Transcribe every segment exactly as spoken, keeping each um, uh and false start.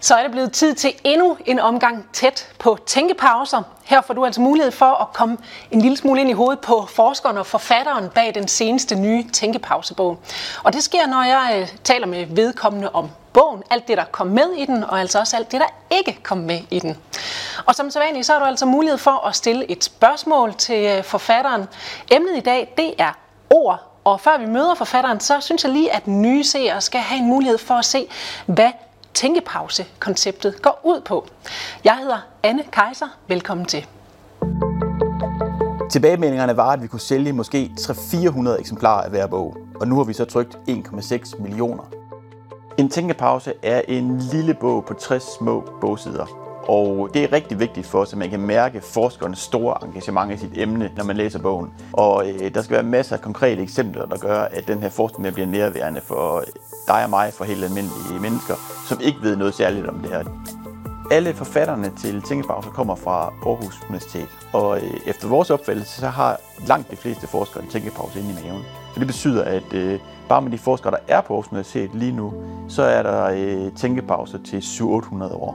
Så er det blevet tid til endnu en omgang tæt på tænkepauser. Her får du altså mulighed for at komme en lille smule ind i hovedet på forskeren og forfatteren bag den seneste nye tænkepausebog. Og det sker, når jeg taler med vedkommende om bogen, alt det, der kom med i den, og altså også alt det, der ikke kom med i den. Og som sædvanligt, så har du altså mulighed for at stille et spørgsmål til forfatteren. Emnet i dag, det er ord. Og før vi møder forfatteren, så synes jeg lige, at nye seere skal have en mulighed for at se, hvad tænkepause-konceptet går ud på. Jeg hedder Anne Kejser. Velkommen til. Tilbagemeldingerne var, at vi kunne sælge måske tre hundrede til fire hundrede eksemplarer af hver bog, og nu har vi så trykt en komma seks millioner. En tænkepause er en lille bog på tres små bogsider, og det er rigtig vigtigt for os, at man kan mærke forskernes store engagement i sit emne, når man læser bogen. Og øh, der skal være masser af konkrete eksempler, der gør, at den her forskning bliver nærværende for dig og mig, for helt almindelige mennesker, som ikke ved noget særligt om det her. Alle forfatterne til tænkepauser kommer fra Aarhus Universitet, og øh, efter vores opfattelse, så har langt de fleste forskere en tænkepause inde i maven. Så det betyder, at øh, bare med de forskere, der er på Aarhus Universitet lige nu, så er der øh, tænkepauser til syv hundrede til otte hundrede år.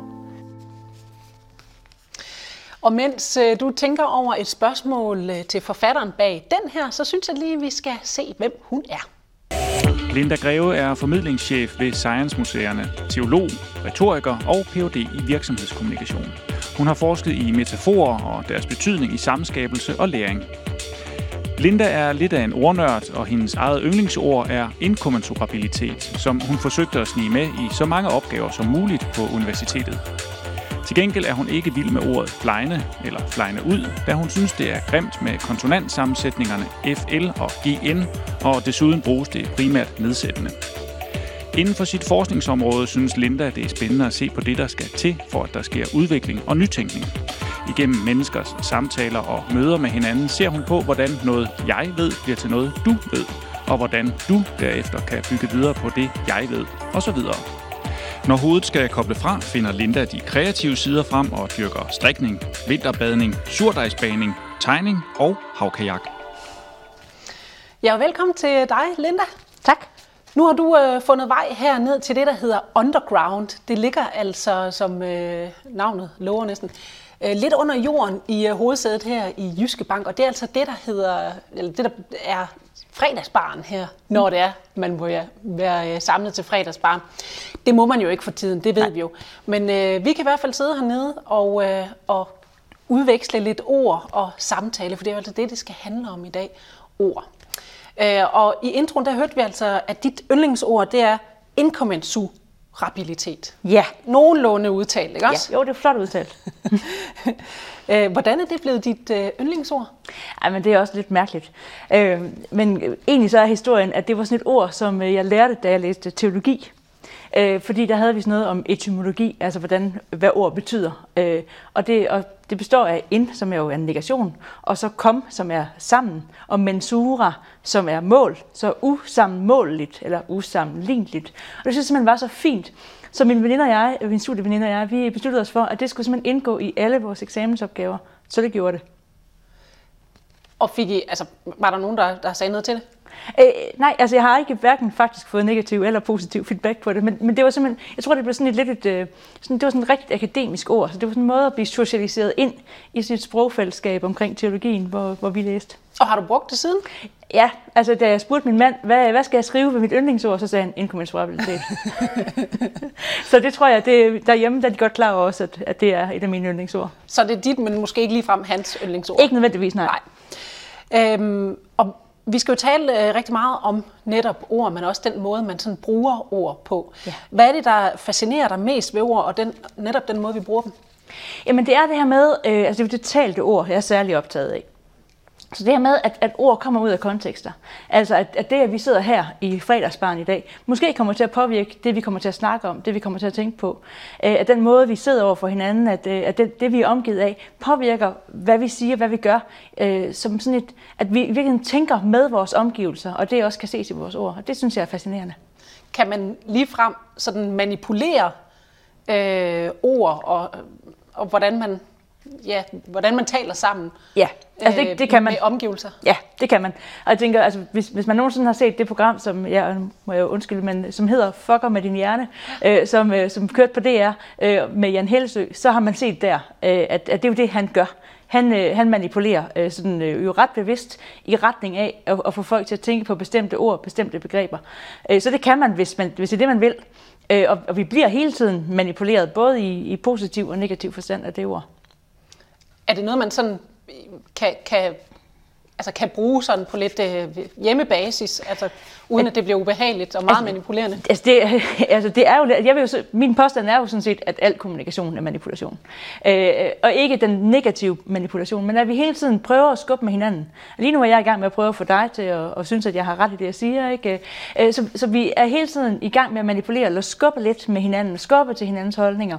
Og mens øh, du tænker over et spørgsmål øh, til forfatteren bag den her, så synes jeg lige, at vi skal se, hvem hun er. Linda Greve er formidlingschef ved Science Museerne, teolog, retoriker og P H D i virksomhedskommunikation. Hun har forsket i metaforer og deres betydning i samskabelse og læring. Linda er lidt af en ordnørd, og hendes eget yndlingsord er inkommensurabilitet, som hun forsøgte at snige med i så mange opgaver som muligt på universitetet. Til gengæld er hun ikke vild med ordet flegne eller flegne ud, da hun synes, det er grimt med konsonantsammensætningerne F L og G N, og desuden bruges det primært nedsættende. Inden for sit forskningsområde synes Linda, det er spændende at se på det, der skal til, for at der sker udvikling og nytænkning. Igennem menneskers samtaler og møder med hinanden ser hun på, hvordan noget jeg ved bliver til noget du ved, og hvordan du derefter kan bygge videre på det jeg ved, osv. Når hovedet skal koble fra, finder Linda de kreative sider frem og dyrker strikning, vinterbadning, surdejsbagning, tegning og havkajak. Ja, og velkommen til dig, Linda. Tak. Nu har du øh, fundet vej herned til det, der hedder Underground. Det ligger altså, som øh, navnet lover næsten, øh, lidt under jorden i øh, hovedsædet her i Jyske Bank. Og det er altså det, der hedder, eller det, der er fredagsbaren her, når det er, man må være samlet til fredagsbaren. Det må man jo ikke for tiden, det ved Nej. vi jo. Men øh, vi kan i hvert fald sidde hernede og, øh, og udveksle lidt ord og samtale, for det er jo altså det, det skal handle om i dag. Ord. Øh, og i introen, der hørte vi altså, at dit yndlingsord, det er inkommensurabilitet. Ja. Nogenlunde udtalt, ikke også? Ja, jo, det er flot udtalt. Hvordan er det blevet dit øh, yndlingsord? Ej, men det er også lidt mærkeligt. Øh, men egentlig så er historien, at det var sådan et ord, som jeg lærte, da jeg læste teologi. Øh, fordi der havde vi sådan noget om etymologi, altså hvordan, hvad ord betyder. Øh, og, det, og det består af in, som er jo en negation, og så kom, som er sammen, og mensura, som er mål, så usammenmåleligt, eller usammenligneligt. Og det synes jeg simpelthen var så fint. Så min veninde og jeg, min studieveninde og jeg, vi besluttede os for, at det skulle simpelthen indgå i alle vores eksamensopgaver. Så det gjorde det. Og fik I, altså, var der nogen, der, der sagde noget til det? Øh, nej, altså jeg har ikke hverken faktisk fået negativ eller positiv feedback på det, men, men det var simpelthen, jeg tror det blev sådan et lidt et, øh, sådan, det var sådan et rigtig akademisk ord, så det var sådan en måde at blive socialiseret ind i sit sprogfællesskab omkring teologien, hvor, hvor vi læste. Og har du brugt det siden? Ja, altså da jeg spurgte min mand, hvad, hvad skal jeg skrive ved mit yndlingsord, så sagde han inkommensurabilitet. Så det tror jeg, det, derhjemme der er de godt klar over også, at, at det er et af mine yndlingsord. Så det er dit, men måske ikke ligefrem hans yndlingsord? Ikke nødvendigvis, nej. nej. Øhm, og vi skal jo tale øh, rigtig meget om netop ord, men også den måde, man sådan bruger ord på. Ja. Hvad er det, der fascinerer dig mest ved ord, og den, netop den måde, vi bruger dem? Jamen det er det her med, øh, altså det er det talte ord, jeg er særlig optaget af. Så det her med, at, at ord kommer ud af kontekster. Altså at, at det, at vi sidder her i fredagsbaren i dag, måske kommer til at påvirke det, vi kommer til at snakke om, det vi kommer til at tænke på. At den måde, vi sidder over for hinanden, at, at det, det, vi er omgivet af, påvirker, hvad vi siger, hvad vi gør. Som sådan et, at vi virkelig tænker med vores omgivelser, og det også kan ses i vores ord. Og det synes jeg er fascinerende. Kan man ligefrem sådan manipulere øh, ord, og, og hvordan man... Ja, hvordan man taler sammen ja, altså det, det kan man. Med omgivelser. Ja, det kan man. Og jeg tænker, altså, hvis, hvis man nogensinde har set det program, som jeg må jeg undskylde, men som hedder Fucker med din hjerne, øh, som, øh, som kørte på D R øh, med Jan Hellesø, så har man set der, øh, at, at det er jo det, han gør. Han, øh, han manipulerer øh, sådan, øh, jo ret bevidst i retning af at, at få folk til at tænke på bestemte ord, bestemte begreber. Øh, så det kan man, hvis, man, hvis det er det, man vil. Øh, og, og vi bliver hele tiden manipuleret, både i, i positiv og negativ forstand af det ord. Er det noget, man sådan kan, kan, altså kan bruge sådan på lidt øh, hjemmebasis, altså uden at det bliver ubehageligt og meget altså, manipulerende? Altså det, altså det er jo, jeg vil jo, min påstand er jo sådan set, at al kommunikation er manipulation. Øh, og ikke den negative manipulation, men at vi hele tiden prøver at skubbe med hinanden. Lige nu er jeg i gang med at prøve at få dig til at, at synes, at jeg har ret i det, jeg siger. Ikke? Øh, så, så vi er hele tiden i gang med at manipulere, eller skubbe lidt med hinanden, skubbe til hinandens holdninger.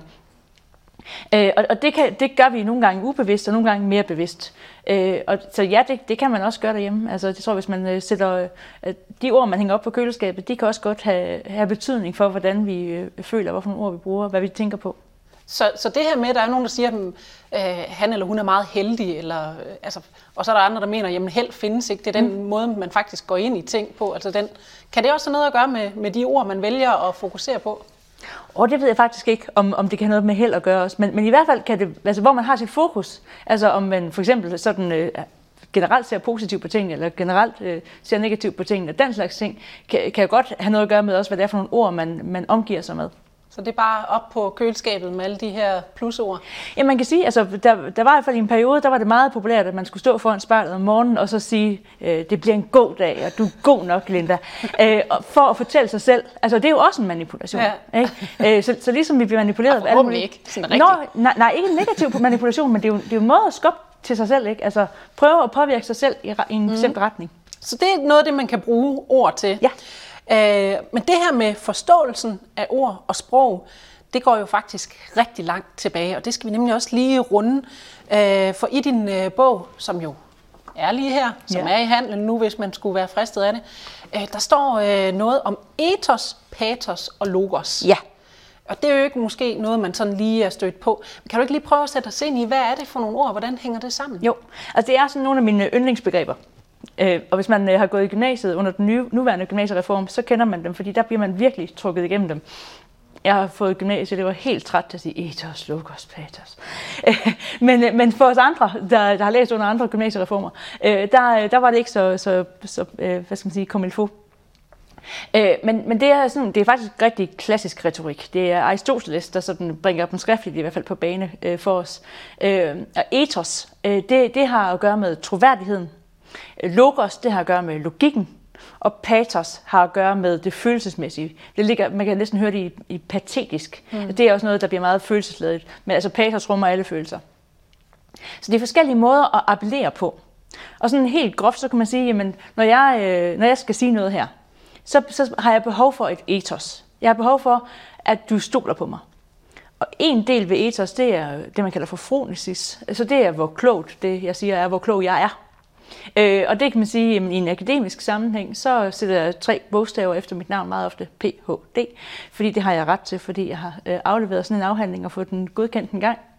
Øh, og og det, kan, det gør vi nogle gange ubevidst, og nogle gange mere bevidst. Øh, og, så ja, det, det kan man også gøre derhjemme. Altså, jeg tror, hvis man øh, sætter øh, de ord, man hænger op på køleskabet, de kan også godt have, have betydning for, hvordan vi øh, føler, hvilke ord vi bruger, hvad vi tænker på. Så, så det her med, der er nogen, der siger, at øh, han eller hun er meget heldig, eller, øh, altså, og så er der andre, der mener, at held findes ikke. Det er den mm. måde, man faktisk går ind i ting på. Altså, den, kan det også have noget at gøre med, med de ord, man vælger at fokusere på? Og det ved jeg faktisk ikke, om, om det kan have noget med held at gøre også. Men, men i hvert fald kan det, altså hvor man har sit fokus, altså om man for eksempel sådan øh, generelt ser positivt på tingene, eller generelt øh, ser negativt på tingene, den slags ting, kan, kan godt have noget at gøre med også, hvad det er for nogle ord, man, man omgiver sig med. Så det er bare op på køleskabet med alle de her plusord? Ja, man kan sige, altså der, der var i hvert fald i en periode, der var det meget populært, at man skulle stå foran spejlet om morgenen og så sige, øh, det bliver en god dag, og du er god nok, Linda. øh, for at fortælle sig selv. Altså det er jo også en manipulation. Ja. Ikke? Øh, så, så ligesom vi bliver manipuleret af alle mulige... ikke, sådan rigtigt. Nå, nej, nej, ikke en negativ manipulation, men det er jo, det er jo en måde at skubbe til sig selv. Ikke? Altså prøve at påvirke sig selv i, i en mm. bestemt retning. Så det er noget af det, man kan bruge ord til. Ja. Øh, men det her med forståelsen af ord og sprog, det går jo faktisk rigtig langt tilbage, og det skal vi nemlig også lige runde. Øh, for i din øh, bog, som jo er lige her, som ja. er i handlen nu, hvis man skulle være fristet af det, øh, der står øh, noget om ethos, patos og logos. Ja. Og det er jo ikke måske noget, man sådan lige er stødt på. Men kan du ikke lige prøve at sætte os ind i, hvad er det for nogle ord, hvordan hænger det sammen? Jo, altså det er sådan nogle af mine yndlingsbegreber. Øh, og hvis man øh, har gået i gymnasiet under den nye, nuværende gymnasiereform, så kender man dem, fordi der bliver man virkelig trukket igennem dem. Jeg har fået gymnasiet, det var helt træt til at sige ethos, logos, patos. men, men for os andre, der, der har læst under andre gymnasiereformer, øh, der, der var det ikke så, så, så øh, hvad skal man sige, comme il faut. Øh, men, men det er, sådan, det er faktisk rigtig klassisk retorik. Det er Aristoteles, der sådan bringer dem skriftligt i hvert fald på bane øh, for os. Øh, og ethos, øh, det, det har at gøre med troværdigheden. Logos, det har at gøre med logikken. Og patos har at gøre med det følelsesmæssige. Det ligger, man kan næsten høre det i, i patetisk. Mm. Det er også noget, der bliver meget følelsesladet. Men altså patos rummer alle følelser. Så det er forskellige måder at appellere på. Og sådan helt groft, så kan man sige, jamen, når jeg, øh, når jeg skal sige noget her, så, så har jeg behov for et ethos. Jeg har behov for, at du stoler på mig. Og en del ved ethos, det er det, man kalder for phronesis. Så det er, hvor klogt det, jeg siger, er, hvor klog jeg er. Øh, og det kan man sige, at i en akademisk sammenhæng, så sætter jeg tre bogstaver efter mit navn, meget ofte P H D, fordi det har jeg ret til, fordi jeg har øh, afleveret sådan en afhandling og fået den godkendt en gang.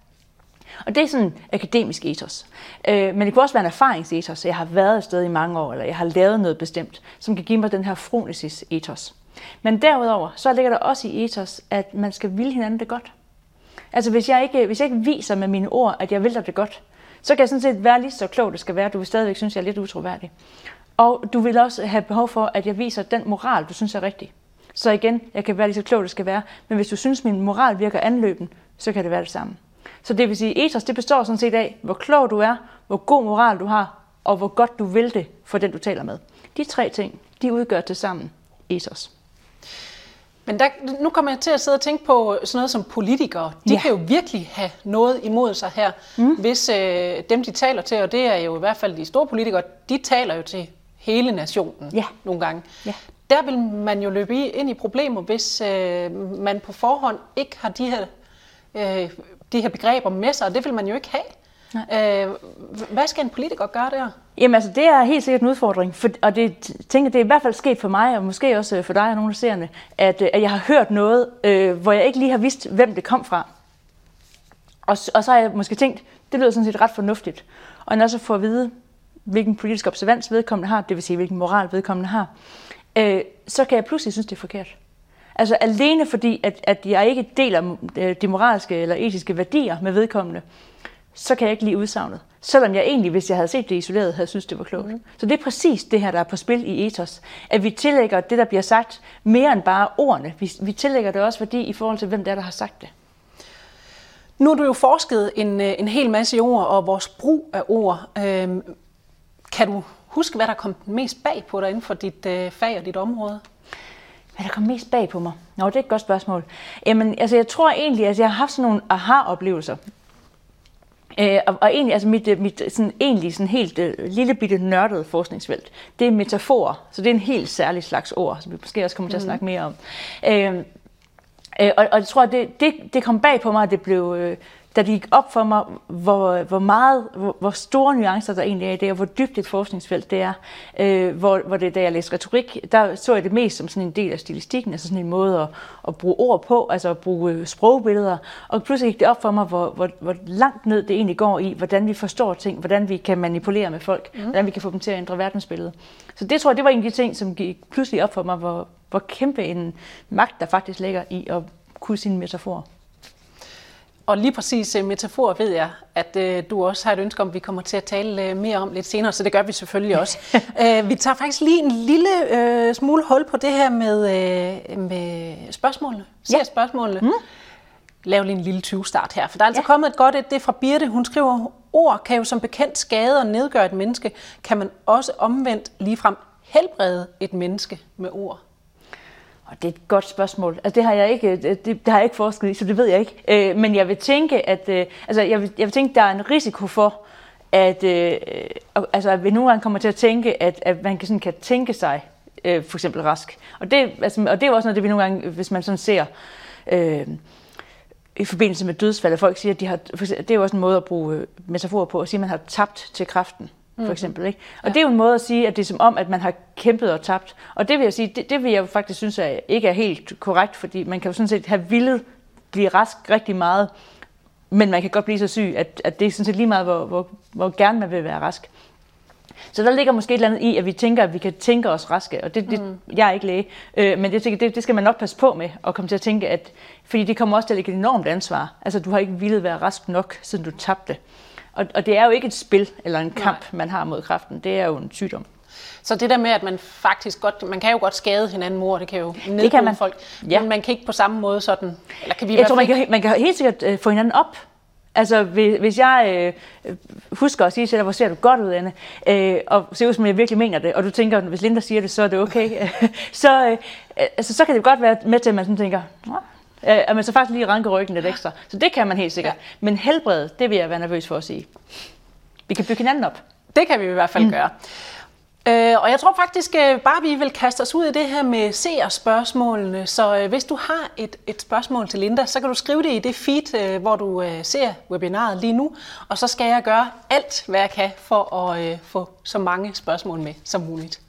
Og det er sådan akademisk ethos. Øh, men det kan også være en erfaringsethos, så jeg har været et sted i mange år, eller jeg har lavet noget bestemt, som kan give mig den her phronesis ethos. Men derudover, så ligger der også i ethos, at man skal ville hinanden det godt. Altså hvis jeg ikke, hvis jeg ikke viser med mine ord, at jeg vil dig det godt, så kan jeg sådan set være lige så klog, det skal være. Du vil stadigvæk synes, jeg er lidt utroværdig. Og du vil også have behov for, at jeg viser den moral, du synes er rigtig. Så igen, jeg kan være lige så klog, det skal være. Men hvis du synes, min moral virker anløben, så kan det være det samme. Så det vil sige, ethos, det består sådan set af, hvor klog du er, hvor god moral du har, og hvor godt du vil det for den, du taler med. De tre ting, de udgør til sammen ethos. Men der, nu kommer jeg til at sidde og tænke på sådan noget som politikere. De ja. kan jo virkelig have noget imod sig her, mm. hvis øh, dem, de taler til, og det er jo i hvert fald de store politikere, de taler jo til hele nationen ja. nogle gange. Ja. Der vil man jo løbe ind i problemer, hvis øh, man på forhånd ikke har de her, øh, de her begreber med sig, og det vil man jo ikke have. Øh, hvad skal en politiker gøre der? Jamen altså, det er helt sikkert en udfordring, for, og det, tænker, det er i hvert fald sket for mig, og måske også for dig og nogle af seerne, at, at jeg har hørt noget, øh, hvor jeg ikke lige har vidst, hvem det kom fra. Og, og så har jeg måske tænkt, det lyder sådan set ret fornuftigt. Og når jeg så får at vide, hvilken politisk observans vedkommende har, det vil sige, hvilken moral vedkommende har, øh, så kan jeg pludselig synes, det er forkert. Altså alene fordi, at, at jeg ikke deler de moralske eller etiske værdier med vedkommende, så kan jeg ikke lide udsagnet. Selvom jeg egentlig, hvis jeg havde set det isoleret, havde synes det var klogt. Mm. Så det er præcis det her, der er på spil i ethos. At vi tillægger det, der bliver sagt, mere end bare ordene. Vi, vi tillægger det også værdi i forhold til, hvem det er, der har sagt det. Nu har du jo forsket en, en hel masse ord og vores brug af ord. Øhm, kan du huske, hvad der kom mest bag på dig inden for dit øh, fag og dit område? Hvad der kom mest bag på mig? Nå, det er et godt spørgsmål. Jamen, altså, jeg tror egentlig, at jeg har haft sådan nogle aha-oplevelser. Øh, og, og egentlig, altså mit, mit sådan, egentlig sådan helt uh, lille bitte nørdede forskningsfelt, det er metaforer, så det er en helt særlig slags ord, som vi måske også kommer til at snakke mere om. Øh, øh, og, og jeg tror, det, det, det kom bag på mig, at det blev, øh, da det gik op for mig, hvor, hvor meget, hvor, hvor store nuancer der egentlig er i det, og hvor dybt et forskningsfelt det er. Øh, hvor, hvor det, da jeg læste retorik, der så jeg det mest som sådan en del af stilistikken, altså sådan en måde at, at bruge ord på, altså at bruge sprogbilleder. Og pludselig gik det op for mig, hvor, hvor, hvor langt ned det egentlig går i, hvordan vi forstår ting, hvordan vi kan manipulere med folk, mm. hvordan vi kan få dem til at ændre verdensbilledet. Så det tror jeg, det var en af de ting, som gik pludselig op for mig, hvor, hvor kæmpe en magt, der faktisk ligger i at kunne sine metaforer. Og lige præcis metafor ved jeg, at øh, du også har et ønske om, at vi kommer til at tale øh, mere om lidt senere, så det gør vi selvfølgelig også. øh, vi tager faktisk lige en lille øh, smule hul på det her med, øh, med spørgsmålene. Ser ja. spørgsmålene. Mm. Lav lige en lille tyve-start her, for der er altså ja. kommet et godt et, det er fra Birte. Hun skriver, ord kan jo som bekendt skade og nedgøre et menneske. Kan man også omvendt ligefrem helbrede et menneske med ord? Og det er et godt spørgsmål. Altså, det har jeg ikke, det, det har jeg ikke forsket i, så det ved jeg ikke. Øh, men jeg vil tænke, at øh, altså, jeg vil, jeg vil tænke, der er en risiko for, at, øh, altså, at vi nogle gange kommer til at tænke, at, at man kan, sådan, kan tænke sig øh, for eksempel rask. Og det, altså, og det er jo også noget, det vi nogle gange, hvis man sådan ser øh, i forbindelse med dødsfald, at folk siger, at de har, det er jo også en måde at bruge metaforer på, at sige, at man har tabt til kræften. For eksempel, ikke? Og ja. det er jo en måde at sige, at det er som om, at man har kæmpet og tabt. Og det vil jeg sige, det, det vil jeg faktisk synes er, ikke er helt korrekt, fordi man kan jo sådan set have villet blive rask rigtig meget, men man kan godt blive så syg, at, at det er sådan set lige meget, hvor, hvor, hvor gerne man vil være rask. Så der ligger måske et eller andet i, at vi tænker, at vi kan tænke os raske, og det, det, mm. jeg er ikke læge, øh, men det, det, det skal man nok passe på med, at komme til at tænke, at, fordi det kommer også til at lægge et enormt ansvar. Altså, du har ikke villet være rask nok, siden du tabte. Og, og det er jo ikke et spil eller en kamp, Nej. man har mod kræften. Det er jo en sygdom. Så det der med, at man faktisk godt, man kan jo godt skade hinanden mor, det kan jo nedbryde folk, ja. men man kan ikke på samme måde sådan, eller kan vi Jeg tror, man kan, man kan helt sikkert øh, få hinanden op. Altså, hvis jeg øh, husker at sige til dig, hvor ser du godt ud, Anne, øh, og ser ud som jeg virkelig mener det, og du tænker, hvis Linda siger det, så er det okay, så, øh, altså, så kan det godt være med til, at man sådan tænker, at man så faktisk lige ranker ryggen lidt ekstra. Så det kan man helt sikkert. Ja. Men helbred, det vil jeg være nervøs for at sige. Vi kan bygge hinanden op. Det kan vi i hvert fald mm. gøre. Øh, og jeg tror faktisk øh, bare, vi vil kaste os ud i det her med seerspørgsmålene. Så øh, hvis du har et, et spørgsmål til Linda, så kan du skrive det i det feed, øh, hvor du øh, ser webinaret lige nu. Og så skal jeg gøre alt, hvad jeg kan for at øh, få så mange spørgsmål med som muligt.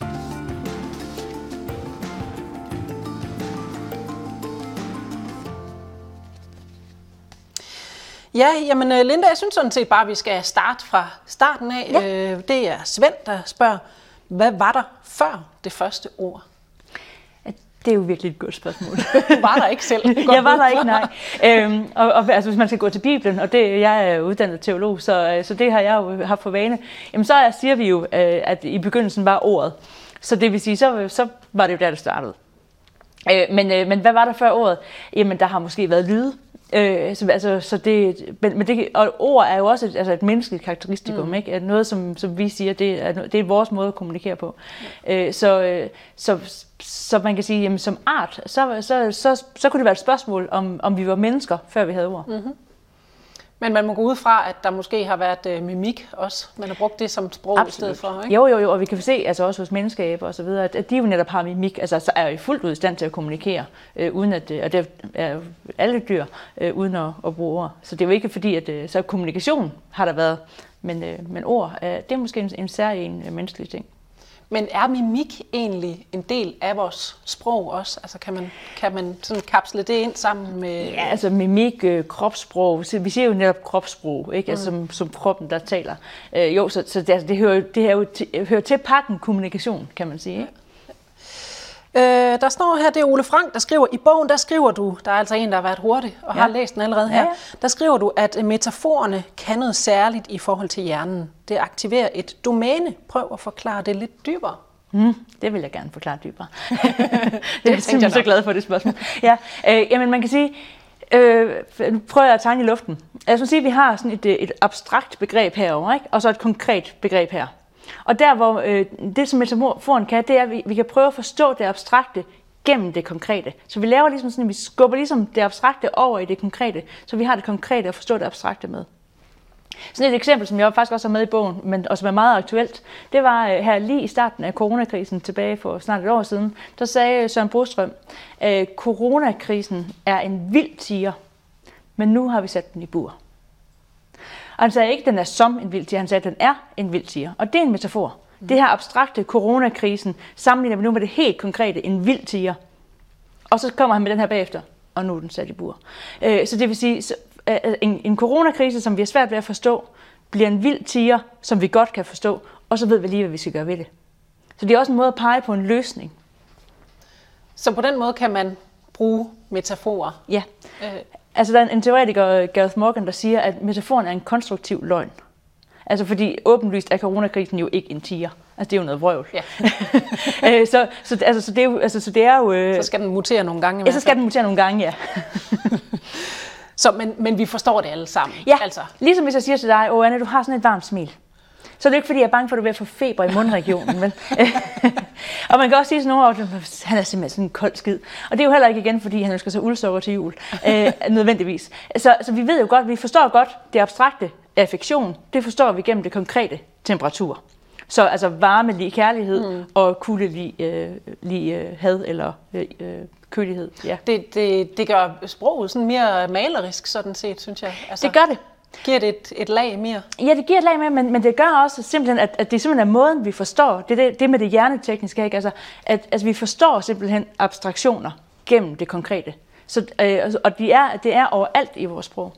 Ja, jamen Linda, jeg synes sådan set bare, at vi skal starte fra starten af. Ja. Det er Svend, der spørger, hvad var der før det første ord? Det er jo virkelig et godt spørgsmål. Du var der ikke selv? Jeg var der ikke, nej. Øhm, og, og altså, hvis man skal gå til Bibelen, og det, jeg er uddannet teolog, så, så det har jeg jo haft for vane, jamen så siger vi jo, at i begyndelsen var ordet. Så det vil sige, så, så var det jo der, det startede. Øh, men, men hvad var der før ordet? Jamen, der har måske været lyde. Øh, så, altså, så det, men, men det, og ord er jo også et, altså et menneskeligt karakteristikum, mm. ikke? Noget, som, som vi siger, det er, det er vores måde at kommunikere på. Mm. Øh, så, så, så man kan sige, jamen, som art, så, så, så, så kunne det være et spørgsmål, om, om vi var mennesker, før vi havde ord. Mm-hmm. Men man må gå ud fra, at der måske har været øh, mimik også. Man har brugt det som sprog Absolut. i stedet for, ikke? Jo, jo, jo, og vi kan se, altså også hos menneskeaber og så videre, at, at de jo netop har mimik, altså så er jo fuldt ud i stand til at kommunikere, øh, uden at, og det er jo alle dyr, øh, uden at, at bruge ord. Så det er jo ikke fordi, at øh, så kommunikation har der været, men, øh, men ord, øh, det er måske en, en særlig en øh, menneskelig ting. Men er mimik egentlig en del af vores sprog også? Altså kan man, kan man sådan kapsle det ind sammen med... Ja, altså mimik, øh, kropssprog. Så vi ser jo netop kropssprog, ikke? Altså, mm. som, som kroppen, der taler. Øh, jo, så, så det, altså, det, hører, det her jo til, hører til pakken kommunikation, kan man sige. Ikke? Øh, der står her, det er Ole Frank, der skriver, i bogen, der skriver du, der er altså en, der har været hurtig og ja. har læst den allerede her, ja, ja. der skriver du, at metaforerne kan noget særligt i forhold til hjernen. Det aktiverer et domæne. Prøv at forklare det lidt dybere. Mm, det vil jeg gerne forklare dybere. det er jeg simpelthen så glad for, det spørgsmål. Ja, øh, jamen man kan sige, øh, nu prøver jeg at tegne i luften. Altså man siger, at vi har sådan et, et abstrakt begreb herovre, ikke? Og så et konkret begreb her. Og der, hvor øh, det, som metaforen kan, det er, at vi, vi kan prøve at forstå det abstrakte gennem det konkrete. Så vi laver ligesom sådan, vi skubber ligesom det abstrakte over i det konkrete, så vi har det konkrete at forstå det abstrakte med. Sådan et eksempel, som jeg faktisk også har med i bogen, men også er meget aktuelt, det var øh, her lige i starten af coronakrisen tilbage for snart et år siden, der sagde Søren Brostrøm, at øh, coronakrisen er en vild tiger, men nu har vi sat den i bur. Han sagde ikke, at den er som en vild tiger, han sagde, at den er en vild tiger. Og det er en metafor. Mm. Det her abstrakte coronakrisen sammenligner vi nu med det helt konkrete, en vild tiger. Og så kommer han med den her bagefter, og nu er den sat i bur. Øh, så det vil sige, så, øh, en, en coronakrise, som vi har svært ved at forstå, bliver en vild tiger, som vi godt kan forstå, og så ved vi lige, hvad vi skal gøre ved det. Så det er også en måde at pege på en løsning. Så på den måde kan man bruge metaforer? Ja. Øh. Altså der er en teoretiker, Gareth Morgan, der siger, at metaforen er en konstruktiv løgn. Altså fordi åbenlyst er coronakrisen jo ikke en tiger. Altså det er jo noget vrøvl. Ja. så, så, altså, så, det er jo, altså, så det er jo... Øh... Så skal den mutere nogle gange. Ja, så skal den mutere nogle gange, ja. så, men, men vi forstår det alle sammen? Ja, altså. Ligesom hvis jeg siger til dig, åh Anna, du har sådan et varmt smil. Så det er ikke fordi, jeg er bange for, at du er ved at få feber i mundregionen. Men og man kan også sige sådan nogle ord, han er simpelthen sådan en kold skid. Og det er jo heller ikke igen, fordi han ønsker sig uldsukker til jul, øh, nødvendigvis. Så, så vi ved jo godt, vi forstår godt det abstrakte affektion, det forstår vi gennem det konkrete temperatur. Så altså varme lige kærlighed, mm. og kulde lige, øh, lige øh, had eller øh, kølighed. Ja. Det, det, det gør sproget sådan mere malerisk, sådan set, synes jeg. Altså... Det gør det. Giver det et, et lag mere? Ja, det giver et lag mere, men, men det gør også simpelthen, at, at det simpelthen er måden, vi forstår. Det er det, det med det hjernetekniske, ikke? Altså, at altså, vi forstår simpelthen abstraktioner gennem det konkrete. Så, øh, og de er, det er overalt i vores sprog.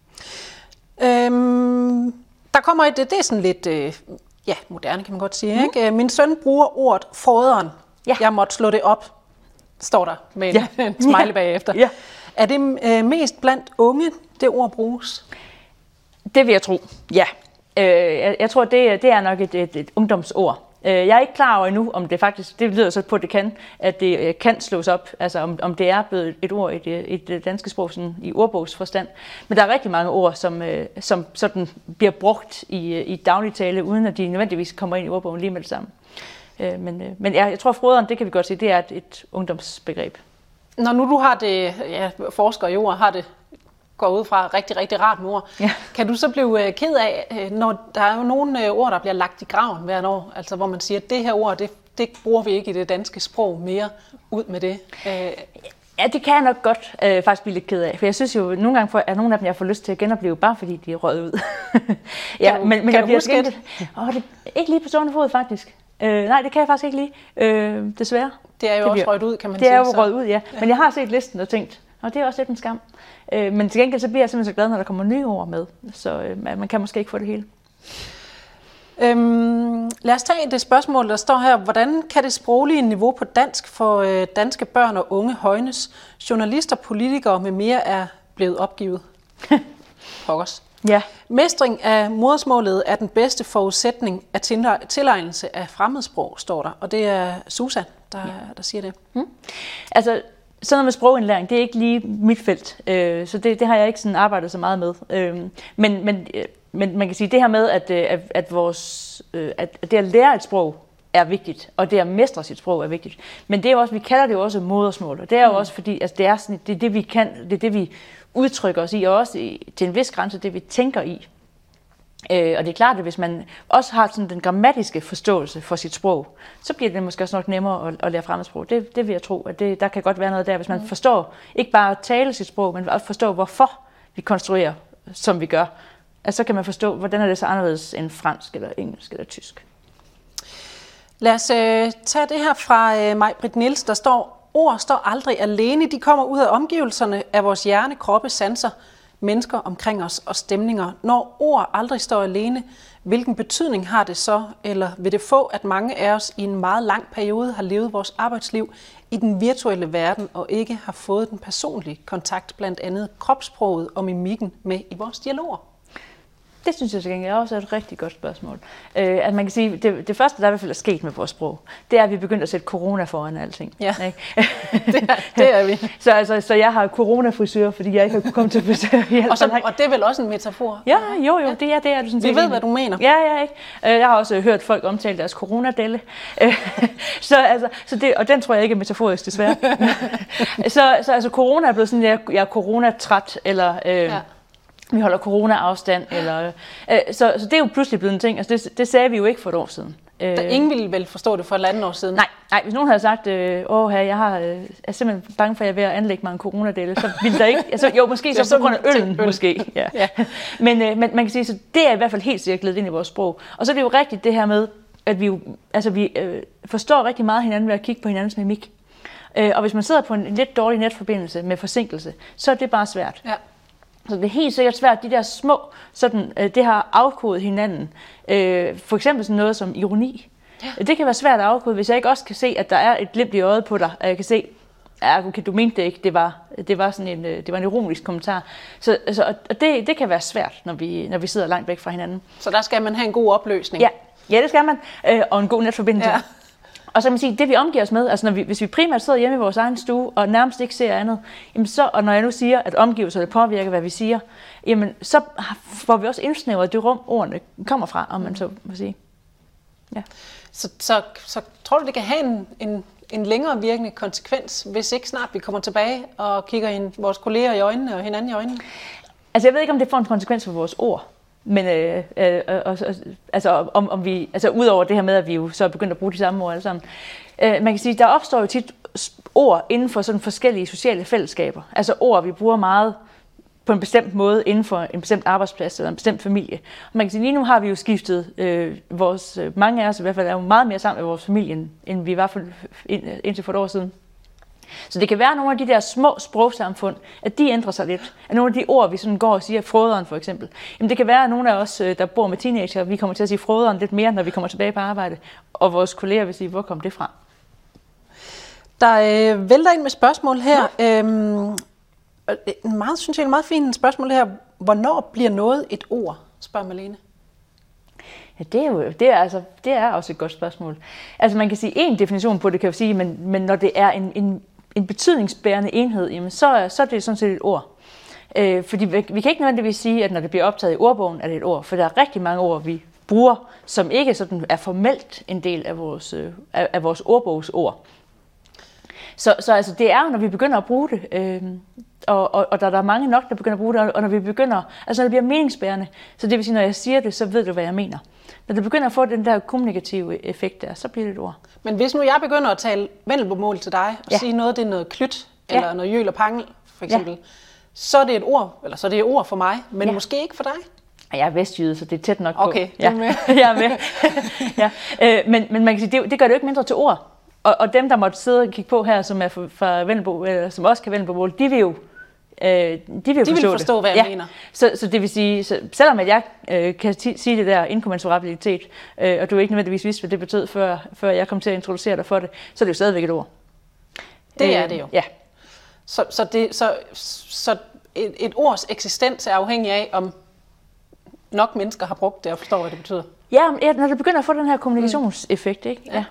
Øhm, der kommer et, det er sådan lidt, øh, ja, moderne kan man godt sige, mm. ikke? Min søn bruger ordet froderen. Ja. Jeg måtte slå det op, står der med en, ja. en smiley ja. bagefter. Ja. Er det øh, mest blandt unge, det ord bruges? Det vil jeg tro, ja. Øh, jeg, jeg tror, det, det er nok et, et, et ungdomsord. Øh, jeg er ikke klar over endnu, om det faktisk, det lyder så på, at det kan, at det kan slås op, altså om, om det er blevet et ord i det, et danske sprog sådan, i ordbogsforstand. Men der er rigtig mange ord, som, øh, som sådan bliver brugt i, i dagligtale, uden at de nødvendigvis kommer ind i ordbogen lige med det samme. Øh, men øh, men jeg, jeg tror, froderen, det kan vi godt sige, det er et, et ungdomsbegreb. Når nu du har det, ja, forskere i ord har det, går ud fra rigtig, rigtig rart med ord. Ja. Kan du så blive ked af, når der er jo nogle ord, der bliver lagt i graven hvert år, altså hvor man siger, at det her ord, det, det bruger vi ikke i det danske sprog mere, ud med det? Ja, det kan jeg nok godt øh, faktisk blive lidt ked af, for jeg synes jo, nogle gange for, at nogle af dem, jeg får lyst til at genopleve, bare fordi de er røget ud. ja, du, men, men kan jeg du bliver huske det? Åh, det er ikke lige på stående fod, faktisk. Øh, nej, det kan jeg faktisk ikke lige, øh, desværre. Det er jo det også røget ud, kan man det sige. Det er jo røget ud, ja. ja. Men jeg har set listen og tænkt, og det er også lidt en skam. Øh, men til gengæld så bliver jeg simpelthen så glad, når der kommer nye ord med. Så øh, man kan måske ikke få det hele. Øhm, lad os tage det spørgsmål, der står her. Hvordan kan det sproglige niveau på dansk for øh, danske børn og unge højnes? Journalister, politikere med mere er blevet opgivet. Pokkers. Ja. Mestring af modersmålet er den bedste forudsætning af tilegnelse af fremmedsprog, står der. Og det er Susan, der, ja. der siger det. Hmm. Altså, sådan noget med sprogindlæring, det er ikke lige mit felt, øh, så det, det har jeg ikke sådan arbejdet så meget med. Øh, men, men, øh, men man kan sige, det her med, at, at, at, vores, øh, at det at lære et sprog er vigtigt, og det at mestre sit sprog er vigtigt. Men det er jo også, vi kalder det jo også modersmål, og det er jo mm. også fordi, altså det er sådan, det er det vi kan, det er det vi udtrykker os i, og også i, til en vis grænse det vi tænker i. Øh, og det er klart, at hvis man også har sådan den grammatiske forståelse for sit sprog, så bliver det måske også nok nemmere at, at lære fremmedsprog. Det, det vil jeg tro, at det, der kan godt være noget der, hvis man mm. forstår, ikke bare at tale sit sprog, men også forstår, hvorfor vi konstruerer, som vi gør. Altså, så kan man forstå, hvordan er det så anderledes end fransk, eller engelsk, eller tysk. Lad os øh, tage det her fra øh, Maj-Britt Niels, der står: ord står aldrig alene, de kommer ud af omgivelserne, af vores hjerne, kroppe, sanser, mennesker omkring os og stemninger. Når ord aldrig står alene, hvilken betydning har det så, eller vil det få, at mange af os i en meget lang periode har levet vores arbejdsliv i den virtuelle verden og ikke har fået den personlige kontakt, blandt andet kropssproget og mimikken, med i vores dialoger? Det synes jeg til gengæld også er et rigtig godt spørgsmål. Øh, at man kan sige, det, det første, der i hvert fald er sket med vores sprog, det er, at vi er begyndt at sætte corona foran alting. Ja, ikke? det, er, det er vi. så, altså, så jeg har coronafrisør, fordi jeg ikke har kunnet komme til frisør. og, så, og det er vel også en metafor? Ja, jo, jo, det er det. Er du sådan vi ved, hvad du mener. Ja, ja, ikke? Jeg har også hørt folk omtale deres coronadelle. så, altså, så det, og den tror jeg ikke er metaforisk, desværre. så, så altså, corona er blevet sådan, jeg, jeg er coronatræt, eller... Øh, ja. Vi holder corona-afstand, eller, øh, så, så det er jo pludselig blevet en ting. Altså det, det sagde vi jo ikke for et år siden. Der ingen ville vel forstå det for et andet år siden? Nej, nej, hvis nogen havde sagt, øh, åh her, jeg har, øh, er simpelthen bange for, at jeg er ved at anlægge mig en coronadelle, så ville der ikke, altså, jo måske så på grund af øllen, øl. måske. Ja. Ja. Men, øh, men man kan sige, så det er i hvert fald helt cirklet ind i vores sprog. Og så er det jo rigtigt det her med, at vi, jo, altså, vi øh, forstår rigtig meget hinanden ved at kigge på hinandens mimik. Øh, og hvis man sidder på en lidt dårlig netforbindelse med forsinkelse, så er det bare svært. Ja. Så det er helt sikkert svært, de der små, sådan, øh, det har afkodet hinanden. Øh, for eksempel sådan noget som ironi. Ja. Det kan være svært at afkode, hvis jeg ikke også kan se, at der er et glimt i øjet på dig, og jeg kan se, at okay, du mente det ikke, det var, det var, sådan en, det var en ironisk kommentar. Så altså, og det, det kan være svært, når vi, når vi sidder langt væk fra hinanden. Så der skal man have en god opløsning? Ja, ja det skal man, øh, og en god netforbindelse. Ja. Og så kan man sige, det vi omgiver os med, altså når vi, hvis vi primært sidder hjemme i vores egen stue, og nærmest ikke ser andet, jamen så, og når jeg nu siger, at omgivelserne påvirker, hvad vi siger, jamen så får vi også indsnævret det rum, ordene kommer fra, om man så må sige. Ja. Så, så, så tror du, det kan have en, en, en længere virkende konsekvens, hvis ikke snart vi kommer tilbage og kigger ind vores kolleger i øjnene og hinanden i øjnene? Altså jeg ved ikke, om det får en konsekvens for vores ord. Men øh, øh, øh, altså, om, om vi, altså udover det her med, at vi jo så er begyndt at bruge de samme ord alle sammen, øh, man kan sige, der opstår jo tit ord inden for sådan forskellige sociale fællesskaber. Altså ord, vi bruger meget på en bestemt måde inden for en bestemt arbejdsplads eller en bestemt familie. Og man kan sige, lige nu har vi jo skiftet, øh, vores, mange af os i hvert fald er jo meget mere sammen med vores familie, end vi var for, ind, indtil for et år siden. Så det kan være nogle af de der små sprogsamfund, at de ændrer sig lidt. At nogle af de ord, vi sådan går og siger, froderen for eksempel. Jamen det kan være, at nogle af os, der bor med teenager, vi kommer til at sige froderen lidt mere, når vi kommer tilbage på arbejde. Og vores kolleger vil sige, hvor kom det fra? Der øh, vælter ind med spørgsmål her. Ja. Øhm, en meget, synes jeg, en meget fin spørgsmål her. Hvornår bliver noget et ord, spørger Malene? Ja, det er jo det er, altså, det er også et godt spørgsmål. Altså man kan sige, en definition på det kan jeg sige, men, men når det er en, en, en betydningsbærende enhed, jamen så, så er det sådan set et ord. Øh, fordi vi, vi kan ikke nødvendigvis sige, at når det bliver optaget i ordbogen, er det et ord, for der er rigtig mange ord, vi bruger, som ikke sådan er formelt en del af vores, øh, af, af vores ordbogsord. Så, så altså, det er når vi begynder at bruge det, øh, og, og, og der, der er mange nok, der begynder at bruge det, og når vi begynder, altså når det bliver meningsbærende, så det vil sige, når jeg siger det, så ved du, hvad jeg mener. Når det begynder at få den der kommunikative effekt der, så bliver det et ord. Men hvis nu jeg begynder at tale vendelbomål til dig, og ja. sige noget, det er noget klyt, eller ja. noget jøl og pangel, for eksempel, ja. så er det et ord, eller så er det et ord for mig, men ja. måske ikke for dig. Jeg er vestjyde, så det er tæt nok på. Okay, du er med. Ja, jeg er med. ja. øh, men, men man kan sige, det, det gør det jo ikke mindre til ord. Og, og dem, der måtte sidde og kigge på her, som er fra Vendelbo, eller som også kan vendelbomål, de vil jo Øh, de vil, de vil forstå, det. hvad jeg ja. mener. Så, så det vil sige, så selvom at jeg øh, kan t- sige det der inkommensurabilitet, øh, og du ikke nødvendigvis vidste, hvad det betød, før, før jeg kom til at introducere dig for det, så er det jo stadigvæk et ord. Det øh, er det jo. Ja. Så, så, det, så, så et, et ords eksistens er afhængig af, om nok mennesker har brugt det og forstår, hvad det betyder. Ja, når det begynder at få den her kommunikationseffekt, ikke? Ja. ja.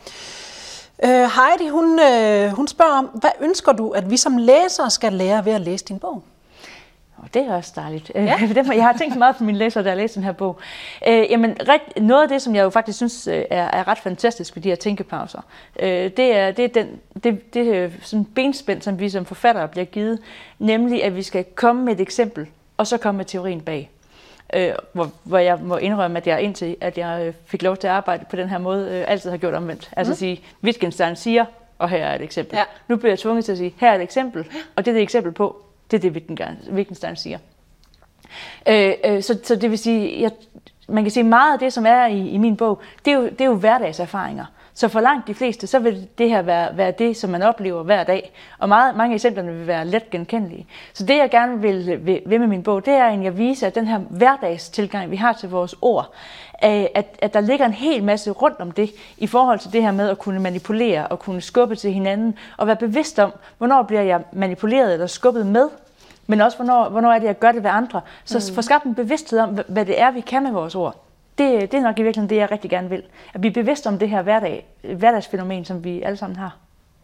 Uh, Heidi, hun, uh, hun spørger om, hvad ønsker du, at vi som læsere skal lære ved at læse din bog? Det er også dejligt. Ja. Jeg har tænkt meget på mine læsere, da jeg læste den her bog. Uh, jamen, noget af det, som jeg jo faktisk synes er, er ret fantastisk ved de her tænkepauser, uh, det er, det er den, det, det er sådan benspænd, som vi som forfattere bliver givet, nemlig at vi skal komme med et eksempel, og så komme med teorien bag. Øh, hvor, hvor jeg må indrømme, at jeg indtil at jeg fik lov til at arbejde på den her måde, øh, altid har gjort omvendt. Altså mm. at sige, Wittgenstein siger, og her er et eksempel. Ja. Nu bliver jeg tvunget til at sige, her er et eksempel, og det er det eksempel på, det er det, Wittgenstein siger. Øh, øh, så, så det vil sige, jeg, man kan sige meget af det, som er i, i min bog, det er, jo, det er jo hverdagserfaringer. Så for langt de fleste, så vil det her være, være det, som man oplever hver dag. Og meget, mange af eksemplerne vil være let genkendelige. Så det, jeg gerne vil, vil, vil med min bog, det er egentlig at vise, at den her hverdagstilgang, vi har til vores ord, at, at der ligger en hel masse rundt om det, i forhold til det her med at kunne manipulere og kunne skubbe til hinanden, og være bevidst om, hvornår bliver jeg manipuleret eller skubbet med, men også hvornår, hvornår er det, jeg gør det ved andre. Så mm. få skabt en bevidsthed om, hvad det er, vi kan med vores ord. Det, det er nok i virkeligheden det, jeg rigtig gerne vil. At blive bevidst om det her hverdag, hverdagsfænomen, som vi alle sammen har.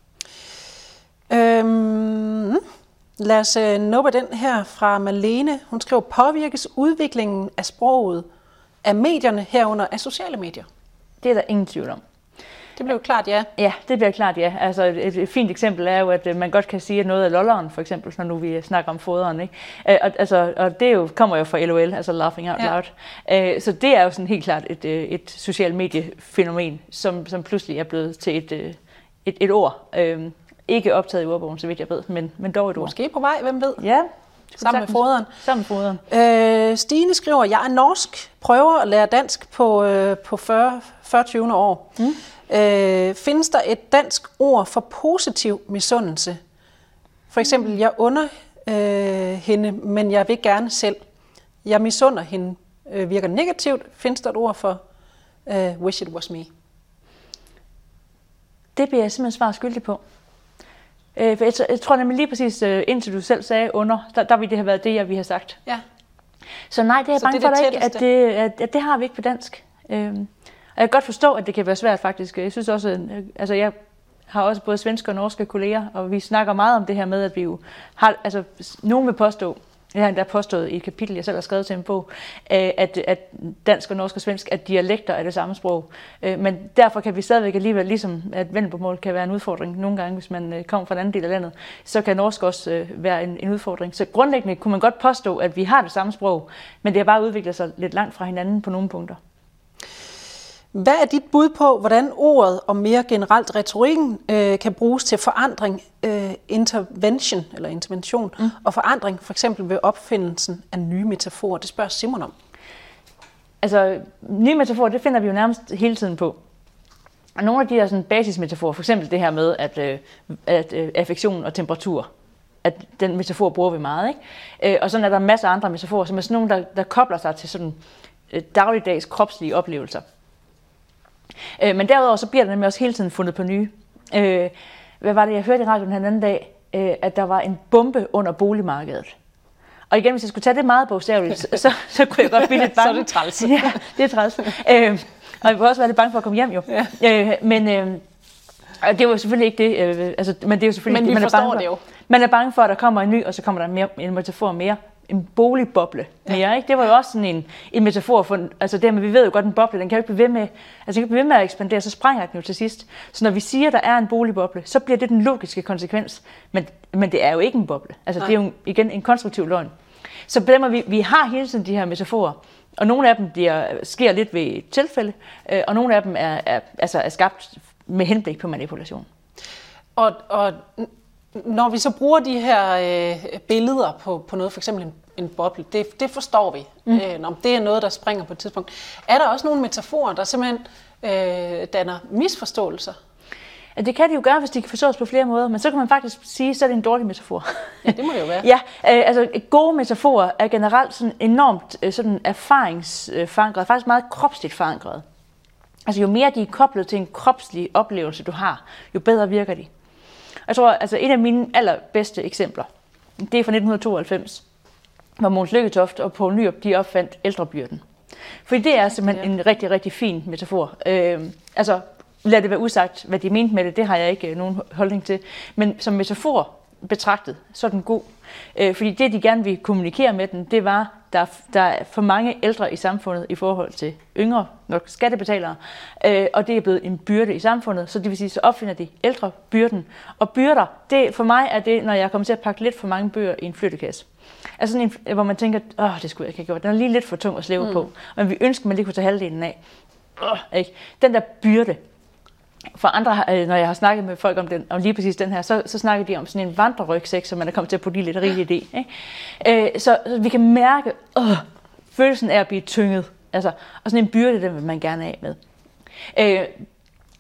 Øhm, lad os uh, nå den her fra Malene. Hun skriver, påvirkes udviklingen af sproget af medierne herunder af sociale medier? Det er der ingen tvivl om. Det blev klart ja. Ja, det bliver klart ja. Altså et, et fint eksempel er jo, at man godt kan sige, at noget af lolleren, for eksempel, når nu vi snakker om foderen, ikke? Og, altså, og det jo, kommer jo fra L O L, altså Laughing Out Loud. Ja. Så det er jo sådan helt klart et, et social mediefænomen, som, som pludselig er blevet til et, et, et ord. Ikke optaget i ordbogen, så vidt jeg ved, men, men dog et ord. Måske på vej, hvem ved? Ja. Sammen med foderen. Sammen med foderen. Øh, Stine skriver, jeg er norsk, prøver at lære dansk på, øh, på fyrre tyve år. Mm. Øh, findes der et dansk ord for positiv misundelse? For eksempel, jeg under øh, hende, men jeg vil gerne selv. Jeg misunder hende, øh, virker negativt. Findes der et ord for øh, wish it was me? Det bliver jeg simpelthen svar skyldig på. Øh, for jeg, jeg tror nemlig lige præcis, øh, indtil du selv sagde under, der, der ville det have været det, jeg vi har sagt. Ja. Så nej, det er jeg Så bange det er for, det ikke, at det, at, at det har vi ikke på dansk. Øh, og jeg kan godt forstå, at det kan være svært faktisk. Jeg synes også, øh, altså jeg har også både svenske og norske kolleger, og vi snakker meget om det her med, at vi jo har, altså nogen vil påstå, jeg har endda påstået i et kapitel, jeg selv har skrevet til en bog, at, at dansk og norsk og svensk, at dialekter er det samme sprog. Men derfor kan vi stadigvæk alligevel, ligesom at vendelbomål kan være en udfordring nogle gange, hvis man kommer fra en anden del af landet, så kan norsk også være en, en udfordring. Så grundlæggende kunne man godt påstå, at vi har det samme sprog, men det har bare udviklet sig lidt langt fra hinanden på nogle punkter. Hvad er dit bud på, hvordan ordet og mere generelt retorikken øh, kan bruges til forandring, øh, intervention eller intervention mm. og forandring, for eksempel ved opfindelsen af nye metaforer? Det spørger Simon om. Altså, nye metaforer, det finder vi jo nærmest hele tiden på. Og nogle af de der sådan basismetaforer, for eksempel det her med, at, øh, at øh, affektion og temperatur, at den metafor bruger vi meget, ikke? Øh, og sådan er der masser af andre metaforer, som er sådan nogle, der, der kobler sig til sådan øh, dagligdags kropslige oplevelser. Men derudover så bliver der nemlig også hele tiden fundet på nye. Hvad var det, jeg hørte i radioen den anden dag, at der var en bombe under boligmarkedet. Og igen, hvis jeg skulle tage det meget bogstaveligt, så, så, så kunne jeg godt blive lidt bange. Så er det træls. Ja, det er træls. Og jeg kunne også være lidt bange for at komme hjem jo. Ja. Men det var selvfølgelig ikke det. Altså, men det er jo selvfølgelig men ikke vi det, man er bange forstår for. Det jo. Man er bange for, at der kommer en ny, og så kommer der mere, en metafor mere. En boligboble mere, ja. Ikke? Det var jo også sådan en, en metafor for, altså det, men vi ved jo godt, en boble, den kan jo ikke blive ved med, altså den kan ikke blive ved med at ekspandere, så sprænger den jo til sidst. Så når vi siger, der er en boligboble, så bliver det den logiske konsekvens, men, men det er jo ikke en boble. Altså Nej. Det er jo igen en konstruktiv løgn. Så på den måde, vi, vi har hele tiden de her metaforer, og nogle af dem bliver, sker lidt ved et tilfælde, øh, og nogle af dem er, er, altså er skabt med henblik på manipulation. Og, og når vi så bruger de her øh, billeder på, på noget, for eksempel en, en boble, det, det forstår vi. Mm. Øh, når det er noget, der springer på et tidspunkt. Er der også nogle metaforer, der simpelthen øh, danner misforståelser? Ja, det kan de jo gøre, hvis de kan forstås på flere måder, men så kan man faktisk sige, så er det en dårlig metafor. Ja, det må det jo være. Ja, øh, altså gode metaforer er generelt sådan enormt øh, sådan erfaringsforankret, faktisk meget kropsligt forankret. Altså jo mere de er koblet til en kropslig oplevelse, du har, jo bedre virker de. Jeg tror, altså et af mine allerbedste eksempler, det er fra nitten tooghalvfems, hvor Mogens Lykketoft og Poul Nyrup, de opfandt ældrebyrden. Fordi det er simpelthen en rigtig, rigtig fin metafor. Øh, altså, lad det være usagt, hvad de mente med det, det har jeg ikke nogen holdning til. Men som metafor betragtet, så er den god. Øh, fordi det, de gerne ville kommunikere med den, det var, der, der er for mange ældre i samfundet i forhold til yngre, nok skattebetalere, øh, og det er blevet en byrde i samfundet, så det vil sige, så opfinder de ældrebyrden. Og byrder, det for mig er det, når jeg kommer til at pakke lidt for mange bøger i en flyttekasse. Altså sådan en, hvor man tænker, åh, det skulle jeg ikke have gjort, den er lige lidt for tung at slæve mm. på, men vi ønsker, man lige kunne tage halvdelen af. Øh, ikke? Den der byrde. For andre, når jeg har snakket med folk om, den, om lige præcis den her, så, så snakker de om sådan en vandrerygsæk, som man er kommet til at putte lidt rigeligt i. Ikke? Øh, så, så vi kan mærke øh, følelsen af at blive tynget. Altså, og sådan en byrde, den vil man gerne af med. Øh,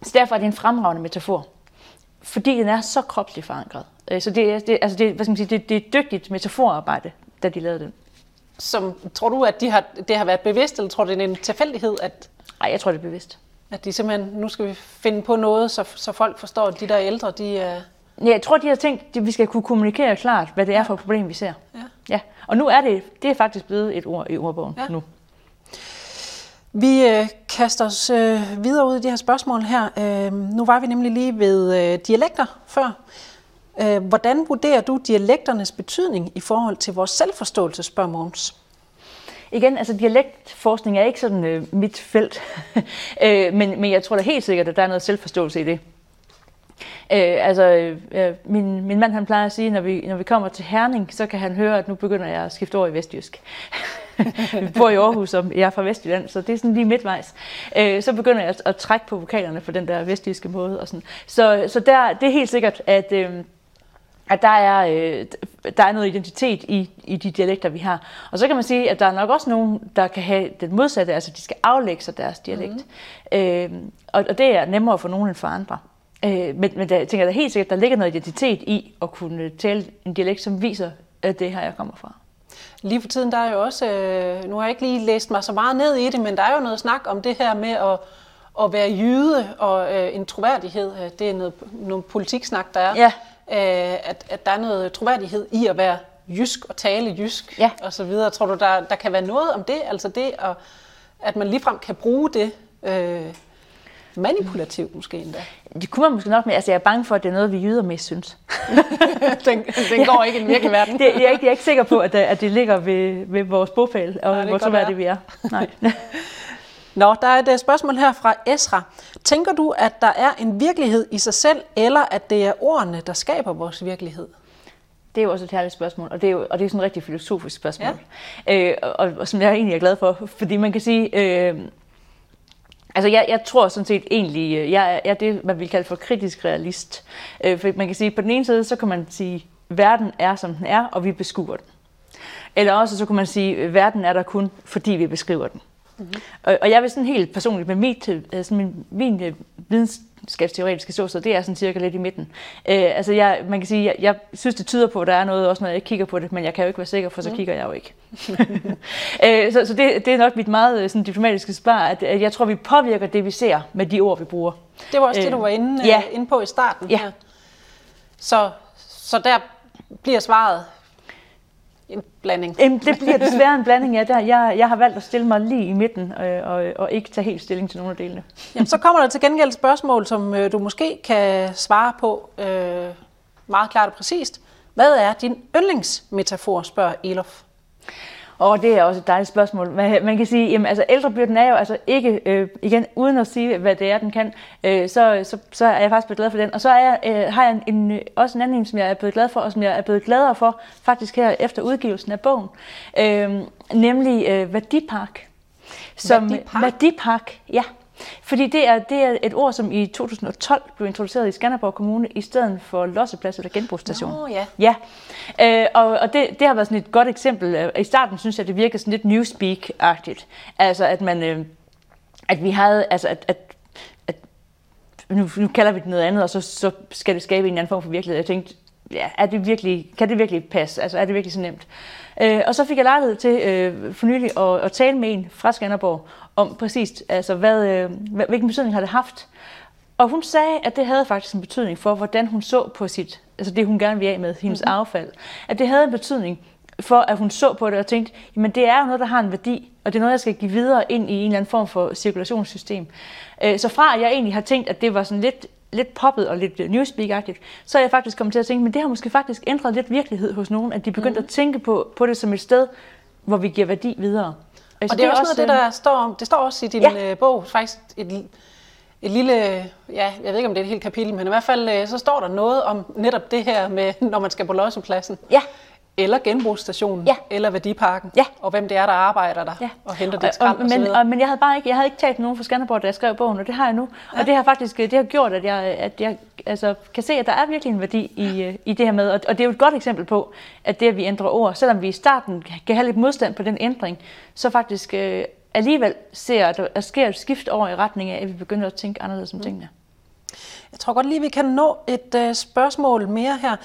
Så derfor er det en fremragende metafor, fordi den er så kropsligt forankret. Så det er, det, altså det, hvad skal man sige, det, det er et dygtigt metaforarbejde, da de lavede den. Som, tror du, at de har, det har været bevidst, eller tror du, det er en tilfældighed, at... Nej, jeg tror, det er bevidst. At de simpelthen, nu skal vi finde på noget, så, så folk forstår, at de der ældre, de er... Ja, jeg tror, de har tænkt, at vi skal kunne kommunikere klart, hvad det er for et problem, vi ser. Ja. Ja. Og nu er det, det er faktisk blevet et ord i ordbogen ja. nu. Vi øh, kaster os øh, videre ud i de her spørgsmål her. Øh, nu var vi nemlig lige ved øh, dialekter før. Øh, hvordan vurderer du dialekternes betydning i forhold til vores selvforståelse, spørger Mogens? Igen, altså dialektforskning er ikke sådan øh, mit felt, øh, men, men jeg tror da helt sikkert, at der er noget selvforståelse i det. Øh, altså, øh, min, min mand han plejer at sige, når vi, når vi kommer til Herning, så kan han høre, at nu begynder jeg at skifte over i vestjysk. Vi bor i Aarhus, og jeg er fra Vestjylland, så det er sådan lige midtvejs. Øh, så begynder jeg at, at trække på vokalerne på den der vestjyske måde. Og sådan. Så, så der, det er helt sikkert, at... Øh, at der er, øh, der er noget identitet i, i de dialekter, vi har. Og så kan man sige, at der er nok også nogen, der kan have den modsatte, altså de skal aflægge sig deres dialekt. Mm. Øh, og, og det er nemmere for nogen end for andre. Øh, men, men der, jeg tænker, der er helt sikkert, at der ligger noget identitet i at kunne tale en dialekt, som viser, at det her, jeg kommer fra. Lige for tiden, der er jo også, øh, nu har jeg ikke lige læst mig så meget ned i det, men der er jo noget snak om det her med at, at være jyde og øh, en troværdighed. Det er noget, noget politiksnak, der er. Ja. At, at der er noget troværdighed i at være jysk og tale jysk, ja. og så videre. Tror du, der, der kan være noget om det? Altså det, at, at man ligefrem kan bruge det øh, manipulativt måske endda? Det kunne man måske nok, men altså, jeg er bange for, at det er noget, vi jyder mest synes. den, den går ikke i den virkelige verden. det, jeg, er ikke, jeg er ikke sikker på, at, at det ligger ved, ved vores bogpæl, og nej, hvor troværdige vi er. Nej. Nå, der er et spørgsmål her fra Esra. Tænker du, at der er en virkelighed i sig selv, eller at det er ordene, der skaber vores virkelighed? Det er jo også et herligt spørgsmål, og det er jo og det er sådan et rigtig filosofisk spørgsmål, ja. øh, og, og som jeg egentlig er glad for, fordi man kan sige, øh, altså jeg, jeg tror sådan set egentlig, jeg er det, man vil kalde for kritisk realist. Øh, for man kan sige, på den ene side, så kan man sige, verden er, som den er, og vi beskuer den. Eller også så kan man sige, verden er der kun, fordi vi beskriver den. Mm-hmm. Og, og jeg vil sådan helt personligt med mit, altså min, min videnskabsteoretiske ståsted, det er sådan cirka lidt i midten. Øh, altså jeg, man kan sige, jeg, jeg synes det tyder på, at der er noget også, når jeg ikke kigger på det, men jeg kan jo ikke være sikker, for så mm. kigger jeg jo ikke. øh, så så det, det er nok mit meget sådan, diplomatiske svar, at, at jeg tror, vi påvirker det, vi ser med de ord, vi bruger. Det var også øh, det, du var inde, ja. inde på i starten. Ja. Her. Så, så der bliver svaret en blanding. Det bliver desværre en blanding, ja. Der, jeg, jeg har valgt at stille mig lige i midten øh, og, og ikke tage helt stilling til nogle af delene. Jamen, så kommer der til gengæld et spørgsmål, som øh, du måske kan svare på øh, meget klart og præcist. Hvad er din yndlingsmetafor, spørger Elof. Og det er også et dejligt spørgsmål. Man, man kan sige, jamen altså ældrebyrden er jo altså ikke, øh, igen uden at sige, hvad det er, den kan, øh, så, så, så er jeg faktisk blevet glad for den. Og så er jeg, øh, har jeg en, en, også en anden, som jeg er blevet glad for, og som jeg er blevet gladere for, faktisk her efter udgivelsen af bogen, øh, nemlig øh, værdipark. Som, værdipark? Værdipark, ja. Fordi det er, det er et ord, som i to tusind og tolv blev introduceret i Skanderborg Kommune, i stedet for losseplads eller genbrugsstation. Nå, ja. Ja, øh, og, og det, det har været sådan et godt eksempel. I starten synes jeg, det virker sådan lidt newspeak-agtigt. Altså, at man, øh, at vi havde, altså, at, at, at nu, nu kalder vi det noget andet, og så, så skal det skabe en eller anden form for virkelighed. Jeg tænkte, ja, er det virkelig, kan det virkelig passe? Altså, er det virkelig så nemt? Øh, og så fik jeg lejlighed til øh, for nylig at, at tale med en fra Skanderborg om præcis, altså, hvad, øh, hvilken betydning har det haft. Og hun sagde, at det havde faktisk en betydning for, hvordan hun så på sit, altså det hun gerne ville af med, hendes mm-hmm. affald. At det havde en betydning for, at hun så på det og tænkte, jamen det er jo noget, der har en værdi, og det er noget, jeg skal give videre ind i en eller anden form for cirkulationssystem. Øh, så fra at jeg egentlig har tænkt, at det var sådan lidt lidt poppet og lidt newspeak-agtigt, så er jeg faktisk kommet til at tænke, men det har måske faktisk ændret lidt virkelighed hos nogen, at de begyndte mm. at tænke på, på det som et sted, hvor vi giver værdi videre. Og det er også noget af det, der står om, det står også i din ja. bog, faktisk et, et lille, ja, jeg ved ikke om det er et helt kapitel, men i hvert fald så står der noget om netop det her med, når man skal på lossepladsen. Ja. Eller genbrugsstationen, ja. eller værdiparken, ja. og hvem det er, der arbejder der, ja. og henter det skrald og, og, men, og Men jeg havde bare ikke, jeg havde ikke talt nogen fra Skanderborg, da jeg skrev bogen, og det har jeg nu. Ja. Og det har faktisk, det har gjort, at jeg, at jeg altså, kan se, at der er virkelig en værdi i, i det her med, og, og det er jo et godt eksempel på, at det, at vi ændrer ord, selvom vi i starten kan have lidt modstand på den ændring, så faktisk øh, alligevel ser, at der sker et skift over i retning af, at vi begynder at tænke anderledes om tingene. Jeg tror godt lige, vi kan nå et uh, spørgsmål mere her.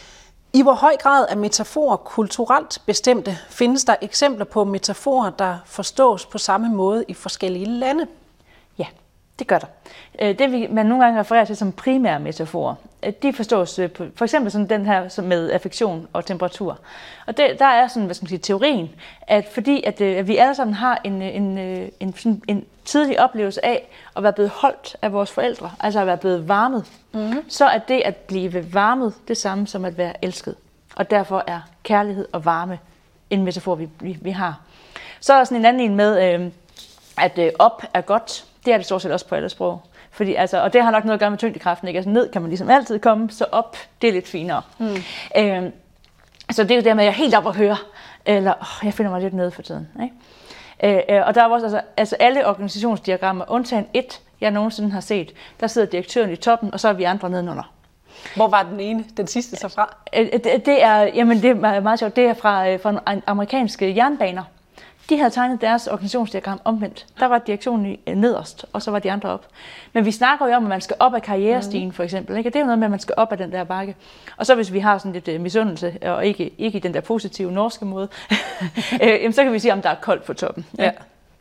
I hvor høj grad er metaforer kulturelt bestemte? Findes der eksempler på metaforer, der forstås på samme måde i forskellige lande? Ja, det gør der. Det, man nogle gange refererer til som primære metaforer, de forstås på, for eksempel sådan den her med affektion og temperatur. Og det, der er sådan, hvad skal man sige, teorien, at fordi at, at vi alle sammen har en, en, en, en, en tidlig oplevelse af at være blevet holdt af vores forældre, altså at være blevet varmet, mm-hmm. så er det at blive varmet det samme som at være elsket. Og derfor er kærlighed og varme en metafor, vi, vi, vi har. Så er der sådan en anden en med, øh, at øh, op er godt. Det er det stort set også på alle sprog. Fordi, altså, og det har nok noget at gøre med tyngdekraften. Ikke? Altså, ned kan man ligesom altid komme, så op, det er lidt finere. Mm. Øhm, så det er jo det med, at jeg er helt op at høre, eller åh, jeg finder mig lidt nede for tiden. Ikke? Øh, og der er også altså, altså alle organisationsdiagrammer, undtagen et, jeg nogensinde har set, der sidder direktøren i toppen, og så er vi andre nedenunder. Hvor var den ene, den sidste så fra? Det, det er, jamen det er meget sjovt, det er fra, fra amerikanske jernbaner. De havde tegnet deres organisationsdiagram omvendt. Der var direktionen nederst, og så var de andre op. Men vi snakker jo om, at man skal op ad karrierestigen, for eksempel. Ikke? Det er jo noget med, at man skal op ad den der bakke. Og så hvis vi har sådan lidt uh, misundelse, og ikke, ikke i den der positive norske måde, øh, så kan vi sige, om der er koldt på toppen. Ja.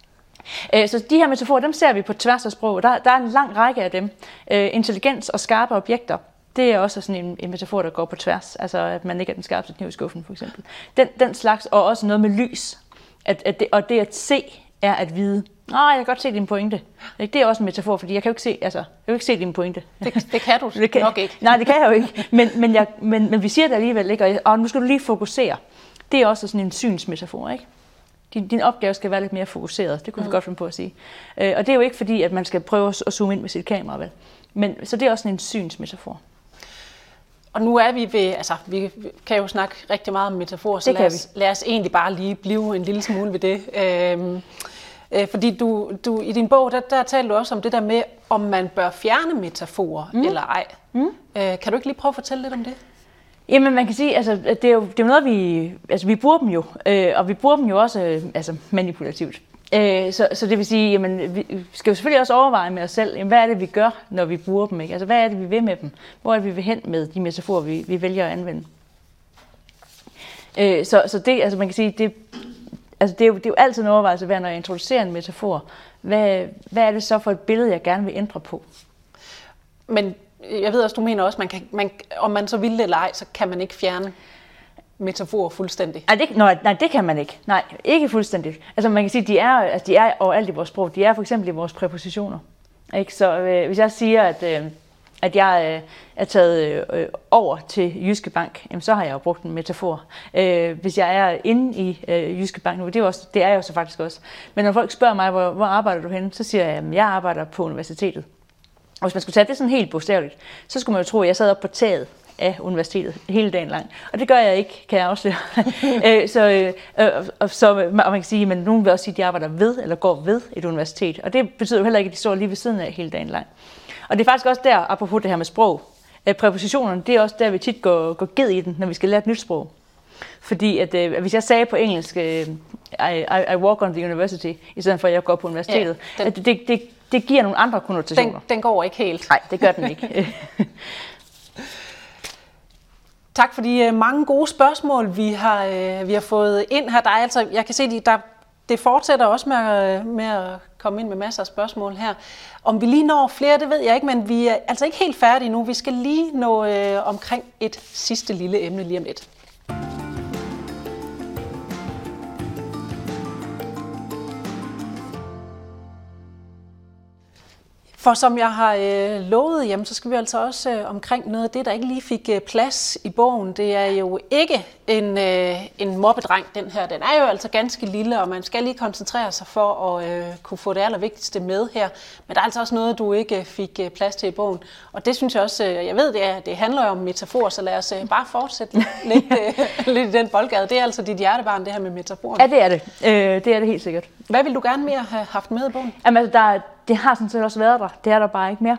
Ja. Så de her metaforer, dem ser vi på tværs af sprog. Der, der er en lang række af dem. Øh, intelligens og skarpe objekter, det er også sådan en, en metafor, der går på tværs. Altså, at man ikke er den skarpeste kniv i skuffen, for eksempel. Den, den slags, og også noget med lys. At, at det, og det at se er at vide. Nå, jeg kan godt se din pointe. Det er også en metafor, fordi jeg kan jo ikke se, altså, jeg kan jo ikke se din pointe. Det, det kan du det kan, nok ikke. Nej, det kan jeg jo ikke. Men, men, jeg, men, men vi siger det alligevel ikke, og, jeg, og nu skal du lige fokusere. Det er også sådan en synsmetafor, ikke? Din, din opgave skal være lidt mere fokuseret, det kunne mm. vi godt finde på at sige. Øh, og det er jo ikke fordi, at man skal prøve at zoome ind med sit kamera, vel? Men, så det er også sådan en synsmetafor. Og nu er vi ved, altså vi kan jo snakke rigtig meget om metafor, så lad os, lad os egentlig bare lige blive en lille smule ved det. Øhm, øh, fordi du, du, i din bog, der, der taler du også om det der med, om man bør fjerne metaforer mm. eller ej. Mm. Øh, kan du ikke lige prøve at fortælle lidt om det? Jamen man kan sige, altså det er jo, det er jo noget, vi, altså vi bruger dem jo, øh, og vi bruger dem jo også øh, altså manipulativt. Øh, så, så det vil sige, jamen, vi skal jo selvfølgelig også overveje med os selv, jamen, hvad er det, vi gør, når vi bruger dem? Ikke? Altså, hvad er det, vi vil med dem? Hvor er det, vi vil hen med de metaforer, vi, vi vælger at anvende? Øh, så, så det, altså man kan sige, det, altså, det, er jo, det er jo altid en overvejelse værd, når jeg introducerer en metafor. Hvad, hvad er det så for et billede, jeg gerne vil ændre på? Men jeg ved også, du mener også, man kan, man, om man så vil det eller ej, så kan man ikke fjerne metaforer fuldstændig. Nej det, nej, nej, det kan man ikke. Nej, ikke fuldstændigt. Altså man kan sige, de er, altså, de er overalt i vores sprog. De er for eksempel i vores præpositioner. Ikke? Så øh, hvis jeg siger, at, øh, at jeg øh, er taget øh, over til Jyske Bank, jamen, så har jeg jo brugt en metafor. Øh, hvis jeg er inde i øh, Jyske Bank nu, det er, også, det er jeg jo så faktisk også. Men når folk spørger mig, hvor, hvor arbejder du henne, så siger jeg, at jeg arbejder på universitetet. Og hvis man skulle tage det sådan helt bogstaveligt, så skulle man jo tro, at jeg sad op på taget af universitetet hele dagen lang. Og det gør jeg ikke, kan jeg afsløre. så, øh, og, så, og man kan sige, men nogen vil også sige, at de arbejder ved, eller går ved et universitet. Og det betyder jo heller ikke, at de står lige ved siden af hele dagen lang. Og det er faktisk også der, apropos det her med sprog, at præpositionerne, det er også der, vi tit går, går ged i den, når vi skal lære et nyt sprog. Fordi at, øh, hvis jeg sagde på engelsk, øh, I, I, I walk on the university, i stedet for at jeg går på universitetet, ja, den, at det, det, det giver nogle andre konnotationer. Den, den går ikke helt. Nej, det gør den ikke. Tak for de mange gode spørgsmål, vi har, vi har fået ind her. Der er altså, jeg kan se, at der, det fortsætter også med at, med at komme ind med masser af spørgsmål her. Om vi lige når flere, det ved jeg ikke, men vi er altså ikke helt færdige nu. Vi skal lige nå øh, omkring et sidste lille emne lige om lidt. For som jeg har øh, lovet, jamen, så skal vi altså også øh, omkring noget af det, der ikke lige fik øh, plads i bogen. Det er jo ikke en, øh, en mobbedreng, den her. Den er jo altså ganske lille, og man skal lige koncentrere sig for at øh, kunne få det allervigtigste med her. Men der er altså også noget, du ikke fik øh, plads til i bogen. Og det synes jeg også, øh, jeg ved, det, er, det handler jo om metafor, så lad os øh, bare fortsætte lidt, øh, lidt i den boldgade. Det er altså dit hjertebarn, det her med metaforen. Ja, det er det. Øh, det er det helt sikkert. Hvad vil du gerne mere have haft med i bogen? Jamen, altså, der det har sådan set også været der. Det er der bare ikke mere.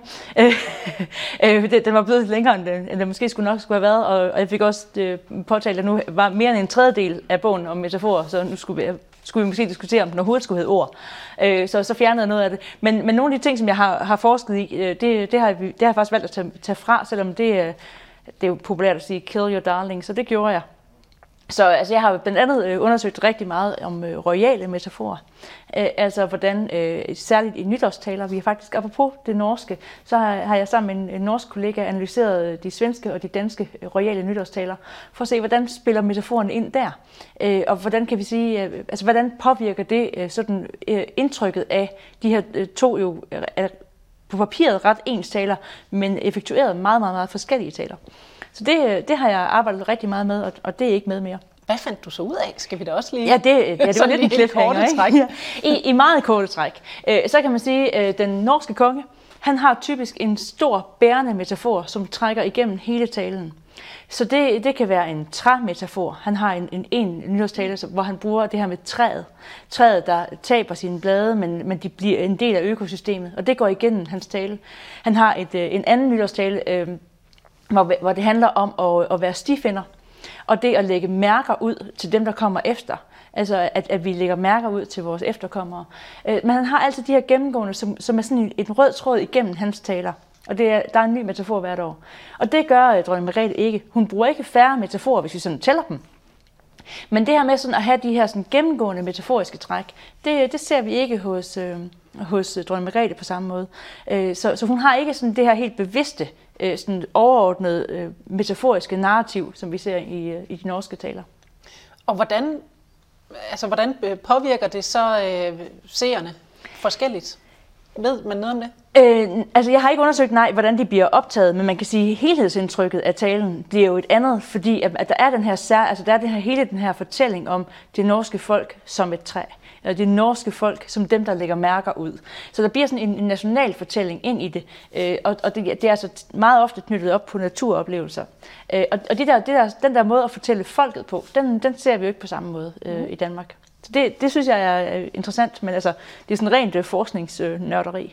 øh, det, den var blevet længere, end den, end den måske skulle nok skulle have været, og, og jeg fik også øh, påtalt, at nu var mere end en tredjedel af bogen om metaforer, så nu skulle vi, skulle vi måske diskutere, om den overhovedet skulle hedde ord. Øh, så, så fjernede jeg noget af det. Men, men nogle af de ting, som jeg har, har forsket i, øh, det, det, har, det har jeg faktisk valgt at tage, tage fra, selvom det, øh, det er jo populært at sige, kill your darling, så det gjorde jeg. Så altså, jeg har blandt andet øh, undersøgt rigtig meget om øh, royale metaforer. Øh, altså hvordan, øh, særligt i nytårstaler, vi har faktisk, apropos det norske, så har, har jeg sammen med en, en norsk kollega analyseret de svenske og de danske øh, royale nytårstaler, for at se, hvordan spiller metaforerne ind der. Øh, og hvordan kan vi sige, øh, altså hvordan påvirker det øh, sådan, øh, indtrykket af de her øh, to jo øh, på papiret ret ens taler, men effektueret meget, meget, meget forskellige taler. Så det, det har jeg arbejdet rigtig meget med, og, og det er ikke med mere. Hvad fandt du så ud af? Skal vi da også lige... Ja, det, ja, det var lidt en cliffhanger, ikke? Ja. I, I meget korte træk. Øh, så kan man sige, at den norske konge, han har typisk en stor bærende metafor, som trækker igennem hele talen. Så det, det kan være en træmetafor. Han har en, en, en nytårstale, hvor han bruger det her med træet. Træet, der taber sine blade, men, men de bliver en del af økosystemet, og det går igennem hans tale. Han har et, en anden nytårstale, øh, Hvor, hvor det handler om at, at være stifinder, og det at lægge mærker ud til dem, der kommer efter. Altså, at, at vi lægger mærker ud til vores efterkommere. Øh, men han har altid de her gennemgående, som, som er sådan en, en rød tråd igennem hans taler. Og det er, der er en ny metafor hvert år. Og det gør uh, dronning Margrethe ikke. Hun bruger ikke færre metaforer, hvis vi sådan tæller dem. Men det her med sådan at have de her sådan gennemgående metaforiske træk, det, det ser vi ikke hos, øh, hos dronning Margrethe på samme måde. Øh, så, så hun har ikke sådan det her helt bevidste, øh, sådan overordnede øh, metaforiske narrativ, som vi ser i, øh, i de norske taler. Og hvordan, altså, hvordan påvirker det så øh, seerne forskelligt? Ved man noget om det? Øh, altså jeg har ikke undersøgt, nej, hvordan de bliver optaget, men man kan sige, at helhedsindtrykket af talen bliver jo et andet, fordi at, at der er den her sær, altså der er den her, hele den her fortælling om det norske folk som et træ, eller det norske folk som dem, der lægger mærker ud. Så der bliver sådan en, en national fortælling ind i det, øh, og, og det, det er altså meget ofte knyttet op på naturoplevelser. Øh, og og det der, det der, den der måde at fortælle folket på, den, den ser vi jo ikke på samme måde øh, i Danmark. Så det, det synes jeg er interessant, men altså, det er sådan rent forskningsnørderi.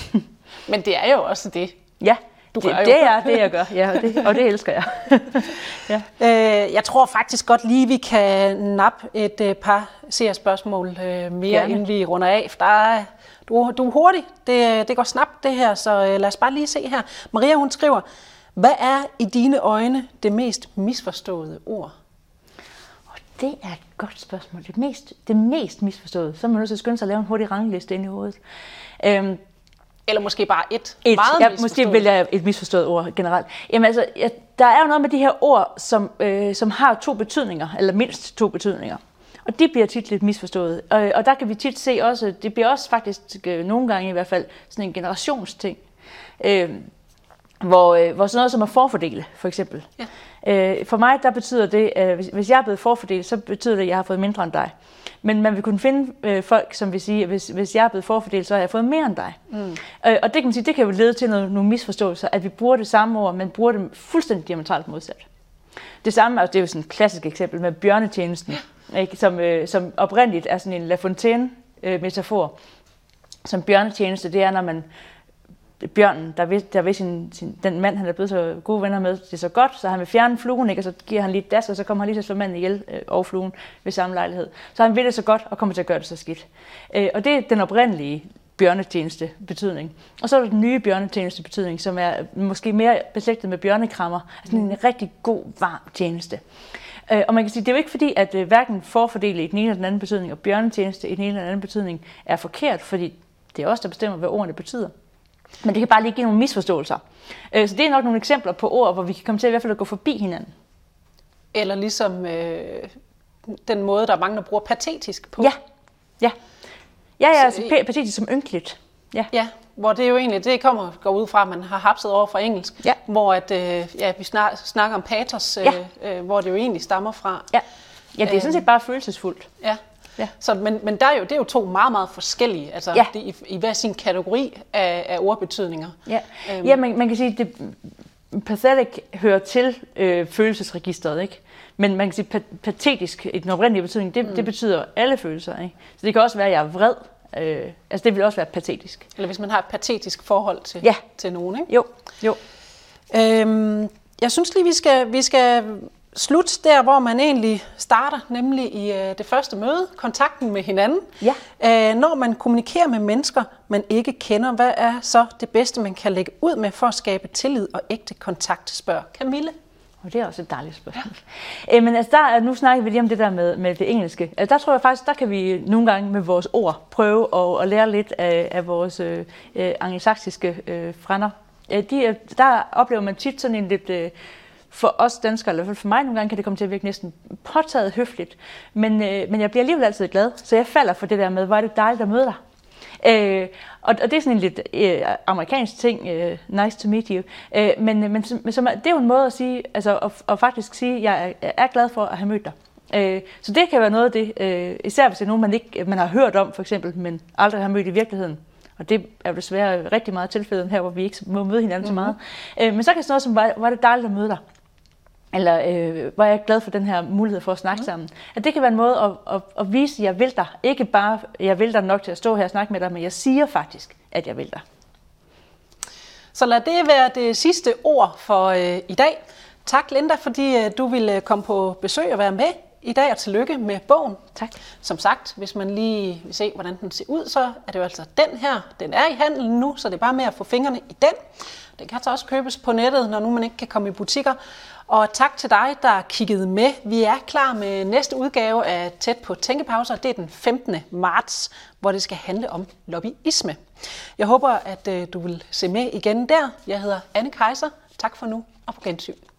Men det er jo også det. Ja, du det, det er det, jeg gør, ja, og, det, og det elsker jeg. Ja. øh, jeg tror faktisk godt lige, vi kan nappe et øh, par seerspørgsmål øh, mere, Gerne. Inden vi runder af. For der er, du, du er hurtig, det, det går snabt det her, så øh, lad os bare lige se her. Maria, hun skriver, hvad er i dine øjne det mest misforståede ord? Det er et godt spørgsmål. Det mest, det mest misforståede. Så er man nødt til at skynde sig at lave en hurtig rangliste ind i hovedet. Øhm, Eller måske bare et, et meget ja, misforstået. Måske vælger jeg et misforstået ord generelt. Jamen altså, ja, der er jo noget med de her ord, som, øh, som har to betydninger, eller mindst to betydninger. Og de bliver tit lidt misforstået. Og, og der kan vi tit se også, det bliver også faktisk øh, nogle gange i hvert fald sådan en generationsting. Øh, Hvor, øh, hvor sådan noget som at forfordele, for eksempel. Ja. Øh, for mig, der betyder det, at hvis, hvis jeg er blevet forfordelt, så betyder det, at jeg har fået mindre end dig. Men man vil kunne finde øh, folk, som vil sige, at hvis, hvis jeg er blevet forfordelt, så har jeg fået mere end dig. Mm. Øh, og det kan man sige, det kan jo lede til noget, nogle misforståelser, at vi bruger det samme ord, men bruger det fuldstændig diametralt modsat. Det samme, altså det er jo sådan et klassisk eksempel med bjørnetjenesten, ja. Ikke? Som, øh, som oprindeligt er sådan en La Fontaine-metafor. Øh, som bjørnetjeneste, det er, når man bjørnen, der ved, der ved sin, sin, den mand, han er blevet så gode venner med, det er så godt, så han vil fjerne fluen, ikke? Og så giver han lige et dask, og så kommer han lige til at slå manden ihjel øh, over fluen ved samme lejlighed. Så han vil det så godt, og kommer til at gøre det så skidt. Øh, og det er den oprindelige bjørnetjeneste betydning. Og så er der den nye bjørnetjeneste betydning, som er måske mere beslægtet med bjørnekrammer, altså en rigtig god, varm tjeneste. Øh, og man kan sige, det er jo ikke fordi, at øh, hverken forfordele i den ene eller den anden betydning, og bjørnetjeneste i den ene eller den anden betydning er forkert, fordi det er os, der bestemmer, hvad ordene betyder. Men det kan bare lige give nogle misforståelser. Så det er nok nogle eksempler på ord, hvor vi kan komme til i hvert fald at gå forbi hinanden. Eller ligesom øh, den måde, der er mange, der bruger patetisk på. Ja, ja. Ja, ja, altså patetisk som ynkeligt. Ja. Ja, hvor det jo egentlig, det kommer, går ud fra, at man har hapset over fra engelsk. Ja. Hvor at, øh, ja, vi snak, snakker om patos, øh, ja. øh, hvor det jo egentlig stammer fra. Ja, ja det er sådan set bare følelsesfuldt. Ja. Ja. Så, men men der er jo, det er jo to meget, meget forskellige, altså ja. det, i, i hver sin kategori af, af ordbetydninger. Ja, øhm. ja man, man kan sige, at det, pathetic hører til øh, følelsesregistret, ikke? Men man kan sige, at patetisk i den oprindelige betydning, det, mm. det betyder alle følelser, ikke? Så det kan også være, at jeg er vred. Øh, altså det vil også være patetisk. Eller hvis man har et patetisk forhold til, ja. til nogen, ikke? Jo, jo. Øhm, jeg synes lige, vi skal, vi skal slutte der, hvor man egentlig starter, nemlig i øh, det første møde, kontakten med hinanden. Ja. Øh, når man kommunikerer med mennesker, man ikke kender, hvad er så det bedste, man kan lægge ud med for at skabe tillid og ægte kontakt, spørger Camille. Og det er også et dejligt spørgsmål. Ja. Øh, men altså der, nu snakker vi lige om det der med, med det engelske. Altså der tror jeg faktisk, der kan vi nogle gange med vores ord prøve at, at lære lidt af, af vores øh, angelsaksiske øh, frænder. Øh, de, der oplever man tit sådan en lidt... Øh, for os danskere, eller i hvert fald for mig nogle gange, kan det komme til at virke næsten påtaget høfligt. Men, øh, men jeg bliver alligevel altid glad, så jeg falder for det der med, hvor er det dejligt at møde dig. Øh, og, og det er sådan en lidt øh, amerikansk ting, øh, nice to meet you. Øh, men men, men så, det er jo en måde at sige, altså at, at faktisk sige, at jeg er, jeg er glad for at have mødt dig. Øh, så det kan være noget af det, øh, især hvis det er nogen, man, ikke, man har hørt om, for eksempel, men aldrig har mødt i virkeligheden. Og det er jo desværre rigtig meget tilfældet her, hvor vi ikke må møde hinanden mm-hmm. så meget. Øh, men så kan sådan noget som, hvor, hvor er det dejligt at møde dig. Eller øh, hvor er jeg glad for den her mulighed for at snakke mm. sammen. At det kan være en måde at, at, at vise, at jeg vil dig. Ikke bare, jeg vil dig nok til at stå her og snakke med dig, men jeg siger faktisk, at jeg vil dig. Så lad det være det sidste ord for øh, i dag. Tak, Linda, fordi øh, du ville komme på besøg og være med i dag, og tillykke med bogen. Tak. Som sagt, hvis man lige vil se, hvordan den ser ud, så er det jo altså den her. Den er i handelen nu, så det er bare med at få fingrene i den. Den kan så også købes på nettet, når nu man ikke kan komme i butikker. Og tak til dig, der kiggede med. Vi er klar med næste udgave af Tæt på Tænkepauser. Det er den femtende marts, hvor det skal handle om lobbyisme. Jeg håber, at du vil se med igen der. Jeg hedder Anne Kaiser. Tak for nu og på gensyn.